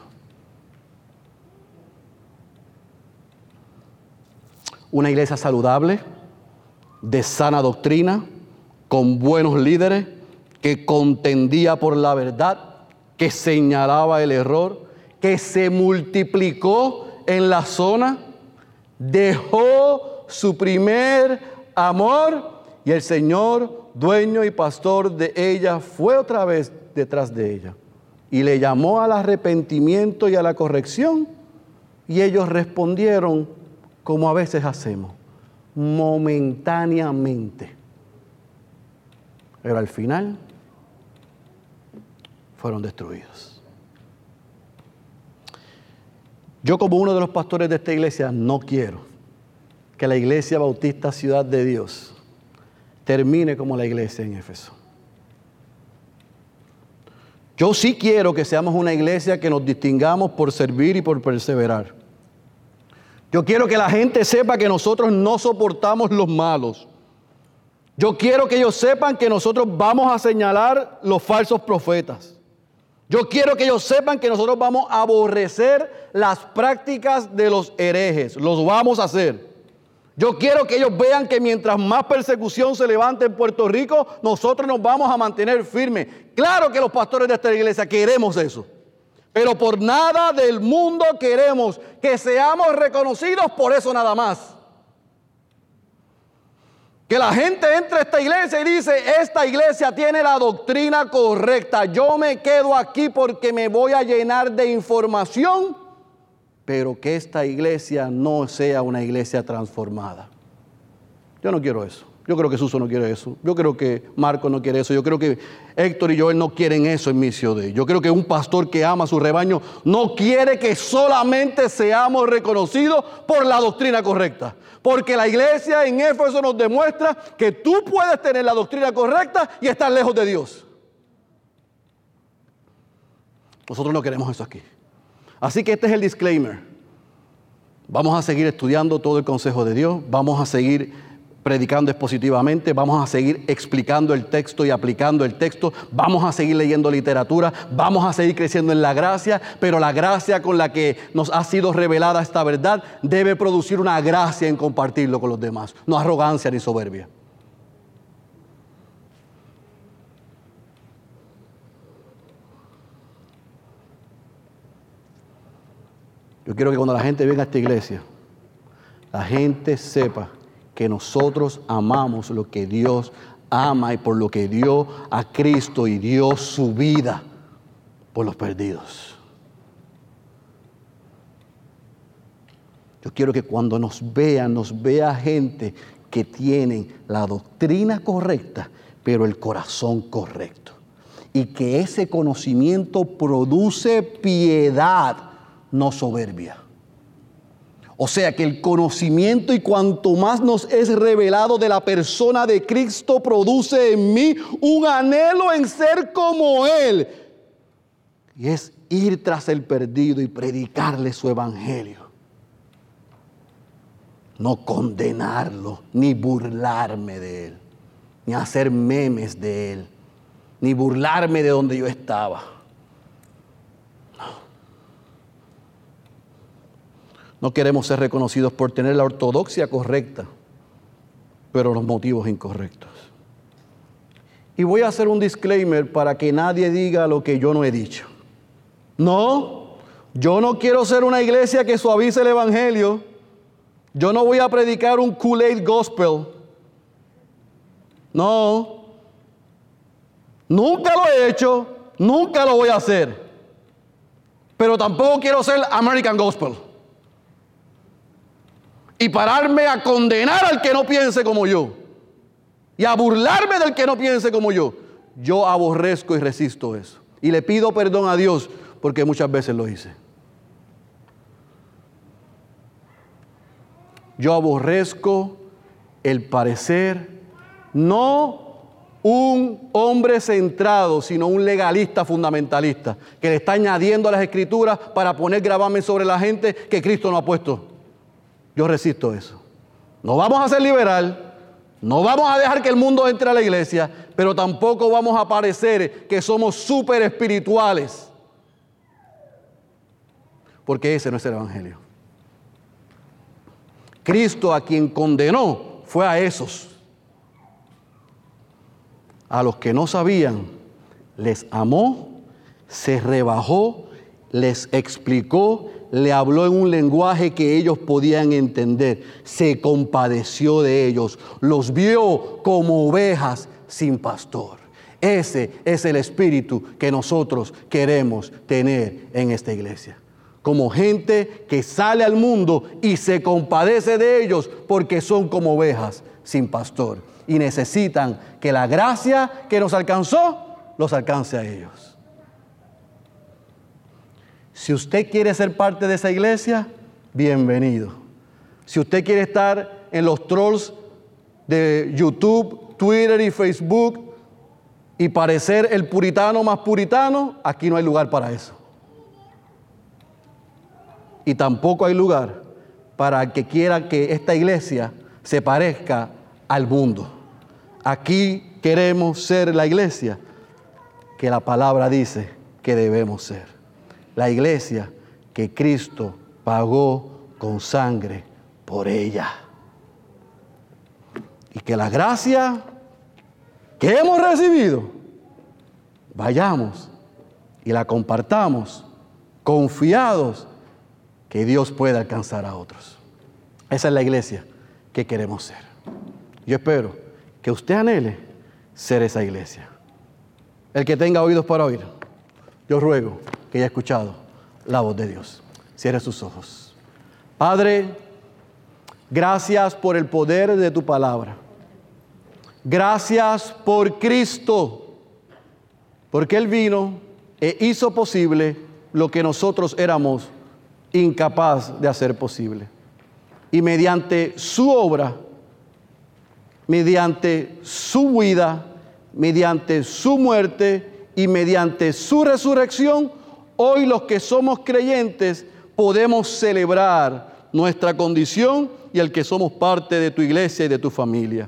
Una iglesia saludable, de sana doctrina, con buenos líderes, que contendía por la verdad, que señalaba el error, que se multiplicó en la zona, dejó su primer amor y el Señor, dueño y pastor de ella, fue otra vez detrás de ella y le llamó al arrepentimiento y a la corrección y ellos respondieron como a veces hacemos, momentáneamente. Pero al final fueron destruidos. Yo, como uno de los pastores de esta iglesia, no quiero que la Iglesia Bautista Ciudad de Dios termine como la iglesia en Éfeso. Yo sí quiero que seamos una iglesia que nos distingamos por servir y por perseverar. Yo quiero que la gente sepa que nosotros no soportamos los malos. Yo quiero que ellos sepan que nosotros vamos a señalar los falsos profetas. Yo quiero que ellos sepan que nosotros vamos a aborrecer las prácticas de los herejes. Los vamos a hacer. Yo quiero que ellos vean que mientras más persecución se levante en Puerto Rico, nosotros nos vamos a mantener firmes. Claro que los pastores de esta iglesia queremos eso. Pero por nada del mundo queremos que seamos reconocidos por eso nada más. Que la gente entre a esta iglesia y dice, esta iglesia tiene la doctrina correcta. Yo me quedo aquí porque me voy a llenar de información, pero que esta iglesia no sea una iglesia transformada. Yo no quiero eso. Yo creo que Suso no quiere eso. Yo creo que Marco no quiere eso. Yo creo que Héctor y Joel no quieren eso en Misión de. Yo creo que un pastor que ama a su rebaño no quiere que solamente seamos reconocidos por la doctrina correcta. Porque la iglesia en Éfeso nos demuestra que tú puedes tener la doctrina correcta y estar lejos de Dios. Nosotros no queremos eso aquí. Así que este es el disclaimer. Vamos a seguir estudiando todo el consejo de Dios. Vamos a seguir predicando expositivamente, vamos a seguir explicando el texto y aplicando el texto, vamos a seguir leyendo literatura, vamos a seguir creciendo en la gracia, pero la gracia con la que nos ha sido revelada esta verdad debe producir una gracia en compartirlo con los demás, no arrogancia ni soberbia. Yo quiero que cuando la gente venga a esta iglesia, la gente sepa que nosotros amamos lo que Dios ama y por lo que dio a Cristo y dio su vida por los perdidos. Yo quiero que cuando nos vean, nos vea gente que tienen la doctrina correcta, pero el corazón correcto. Y que ese conocimiento produce piedad, no soberbia. O sea que el conocimiento y cuanto más nos es revelado de la persona de Cristo produce en mí un anhelo en ser como Él. Y es ir tras el perdido y predicarle su evangelio. No condenarlo, ni burlarme de Él, ni hacer memes de Él, ni burlarme de donde yo estaba. No queremos ser reconocidos por tener la ortodoxia correcta, pero los motivos incorrectos. Y voy a hacer un disclaimer para que nadie diga lo que yo no he dicho. No, yo no quiero ser una iglesia que suavice el evangelio. Yo no voy a predicar un Kool-Aid gospel. No, nunca lo he hecho, nunca lo voy a hacer. Pero tampoco quiero ser American gospel y pararme a condenar al que no piense como yo y a burlarme del que no piense como yo. Yo aborrezco y resisto eso. Y le pido perdón a Dios porque muchas veces lo hice. Yo aborrezco el parecer, no un hombre centrado, sino un legalista fundamentalista, que le está añadiendo a las escrituras para poner gravamen sobre la gente que Cristo no ha puesto. Yo resisto eso. No vamos a ser liberal, no vamos a dejar que el mundo entre a la iglesia, pero tampoco vamos a parecer que somos súper espirituales, porque ese no es el evangelio. Cristo, a quien condenó, fue a esos. A los que no sabían, les amó, se rebajó, les explicó, le habló en un lenguaje que ellos podían entender, se compadeció de ellos, los vio como ovejas sin pastor. Ese es el espíritu que nosotros queremos tener en esta iglesia. Como gente que sale al mundo y se compadece de ellos porque son como ovejas sin pastor y necesitan que la gracia que nos alcanzó los alcance a ellos. Si usted quiere ser parte de esa iglesia, bienvenido. Si usted quiere estar en los trolls de YouTube, Twitter y Facebook y parecer el puritano más puritano, aquí no hay lugar para eso. Y tampoco hay lugar para el que quiera que esta iglesia se parezca al mundo. Aquí queremos ser la iglesia que la palabra dice que debemos ser. La iglesia que Cristo pagó con sangre por ella. Y que la gracia que hemos recibido, vayamos y la compartamos confiados que Dios puede alcanzar a otros. Esa es la iglesia que queremos ser. Yo espero que usted anhele ser esa iglesia. El que tenga oídos para oír, yo ruego que haya escuchado la voz de Dios. Cierre sus ojos. Padre, gracias por el poder de tu palabra. Gracias por Cristo, porque Él vino e hizo posible lo que nosotros éramos incapaz de hacer posible. Y mediante su obra, mediante su vida, mediante su muerte y mediante su resurrección, hoy los que somos creyentes podemos celebrar nuestra condición y el que somos parte de tu iglesia y de tu familia.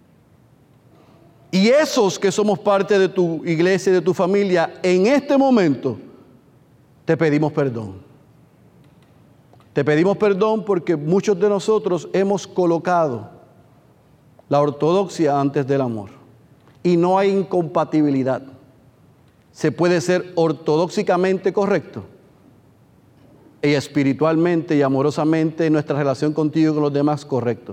Y esos que somos parte de tu iglesia y de tu familia, en este momento te pedimos perdón. Te pedimos perdón porque muchos de nosotros hemos colocado la ortodoxia antes del amor. Y no hay incompatibilidad. Se puede ser ortodoxicamente correcto y espiritualmente y amorosamente en nuestra relación contigo y con los demás correcto.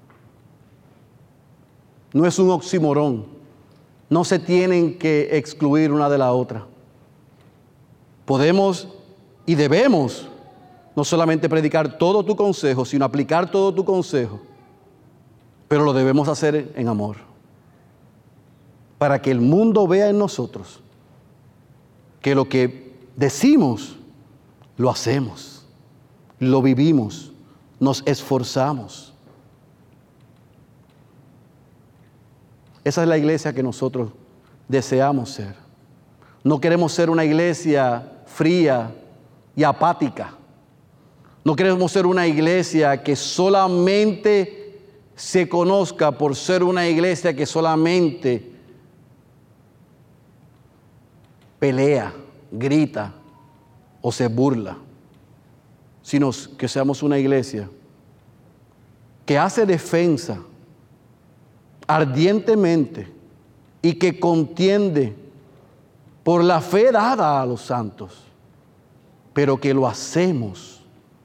No es un oxímoron. No se tienen que excluir una de la otra. Podemos y debemos no solamente predicar todo tu consejo, sino aplicar todo tu consejo. Pero lo debemos hacer en amor. Para que el mundo vea en nosotros que lo que decimos, lo hacemos, lo vivimos, nos esforzamos. Esa es la iglesia que nosotros deseamos ser. No queremos ser una iglesia fría y apática. No queremos ser una iglesia que solamente se conozca por ser una iglesia que solamente pelea, grita o se burla, sino que seamos una iglesia que hace defensa ardientemente y que contiende por la fe dada a los santos, pero que lo hacemos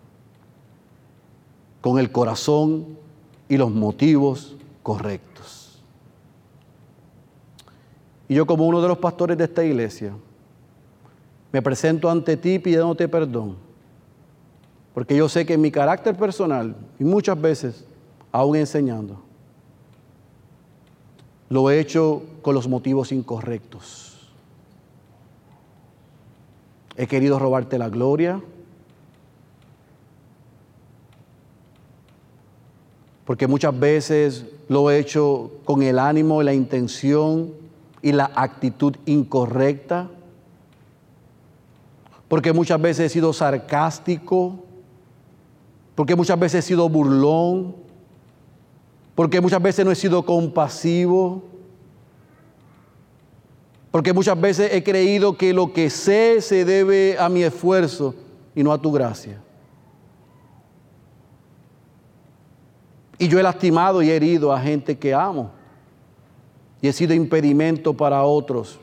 con el corazón y los motivos correctos. Y yo, como uno de los pastores de esta iglesia, me presento ante ti pidiéndote perdón, porque yo sé que en mi carácter personal, y muchas veces aún enseñando, lo he hecho con los motivos incorrectos. He querido robarte la gloria, porque muchas veces lo he hecho con el ánimo, la intención y la actitud incorrecta, porque muchas veces he sido sarcástico, porque muchas veces he sido burlón, porque muchas veces no he sido compasivo, porque muchas veces he creído que lo que sé se debe a mi esfuerzo y no a tu gracia. Y yo he lastimado y he herido a gente que amo, y he sido impedimento para otros.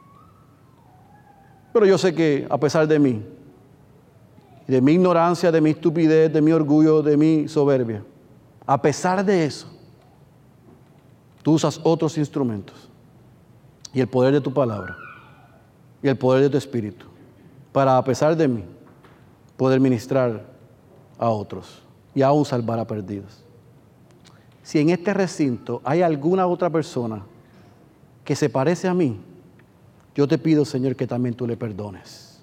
Pero yo sé que a pesar de mí, de mi ignorancia, de mi estupidez, de mi orgullo, de mi soberbia, a pesar de eso, tú usas otros instrumentos y el poder de tu palabra y el poder de tu espíritu para, a pesar de mí, poder ministrar a otros y aún salvar a perdidos. Si en este recinto hay alguna otra persona que se parece a mí, yo te pido, Señor, que también tú le perdones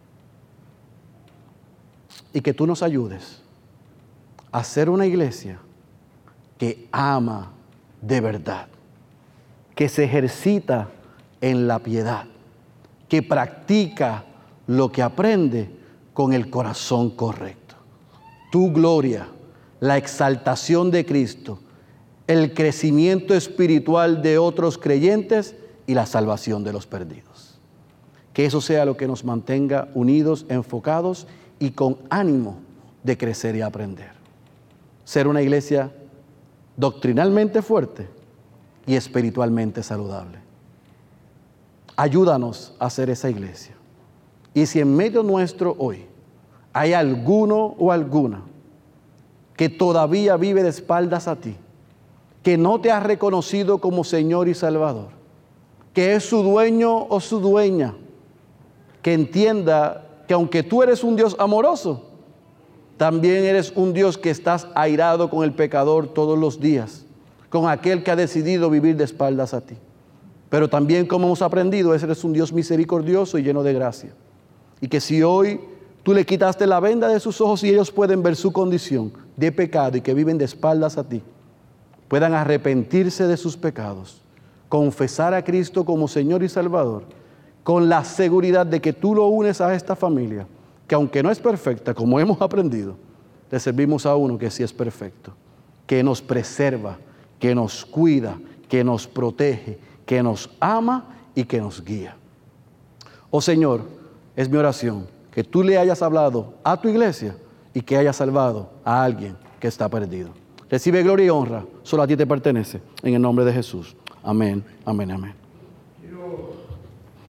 y que tú nos ayudes a ser una iglesia que ama de verdad, que se ejercita en la piedad, que practica lo que aprende con el corazón correcto. Tu gloria, la exaltación de Cristo, el crecimiento espiritual de otros creyentes y la salvación de los perdidos. Que eso sea lo que nos mantenga unidos, enfocados y con ánimo de crecer y aprender. Ser una iglesia doctrinalmente fuerte y espiritualmente saludable. Ayúdanos a ser esa iglesia. Y si en medio nuestro hoy hay alguno o alguna que todavía vive de espaldas a ti, que no te ha reconocido como Señor y Salvador, que es su dueño o su dueña, que entienda que aunque tú eres un Dios amoroso, también eres un Dios que estás airado con el pecador todos los días, con aquel que ha decidido vivir de espaldas a ti. Pero también, como hemos aprendido, eres un Dios misericordioso y lleno de gracia. Y que si hoy tú le quitaste la venda de sus ojos y ellos pueden ver su condición de pecado y que viven de espaldas a ti, puedan arrepentirse de sus pecados, confesar a Cristo como Señor y Salvador, con la seguridad de que tú lo unes a esta familia, que aunque no es perfecta, como hemos aprendido, le servimos a uno que sí es perfecto, que nos preserva, que nos cuida, que nos protege, que nos ama y que nos guía. Oh Señor, es mi oración que tú le hayas hablado a tu iglesia y que hayas salvado a alguien que está perdido. Recibe gloria y honra, solo a ti te pertenece, en el nombre de Jesús. Amén, amén, amén.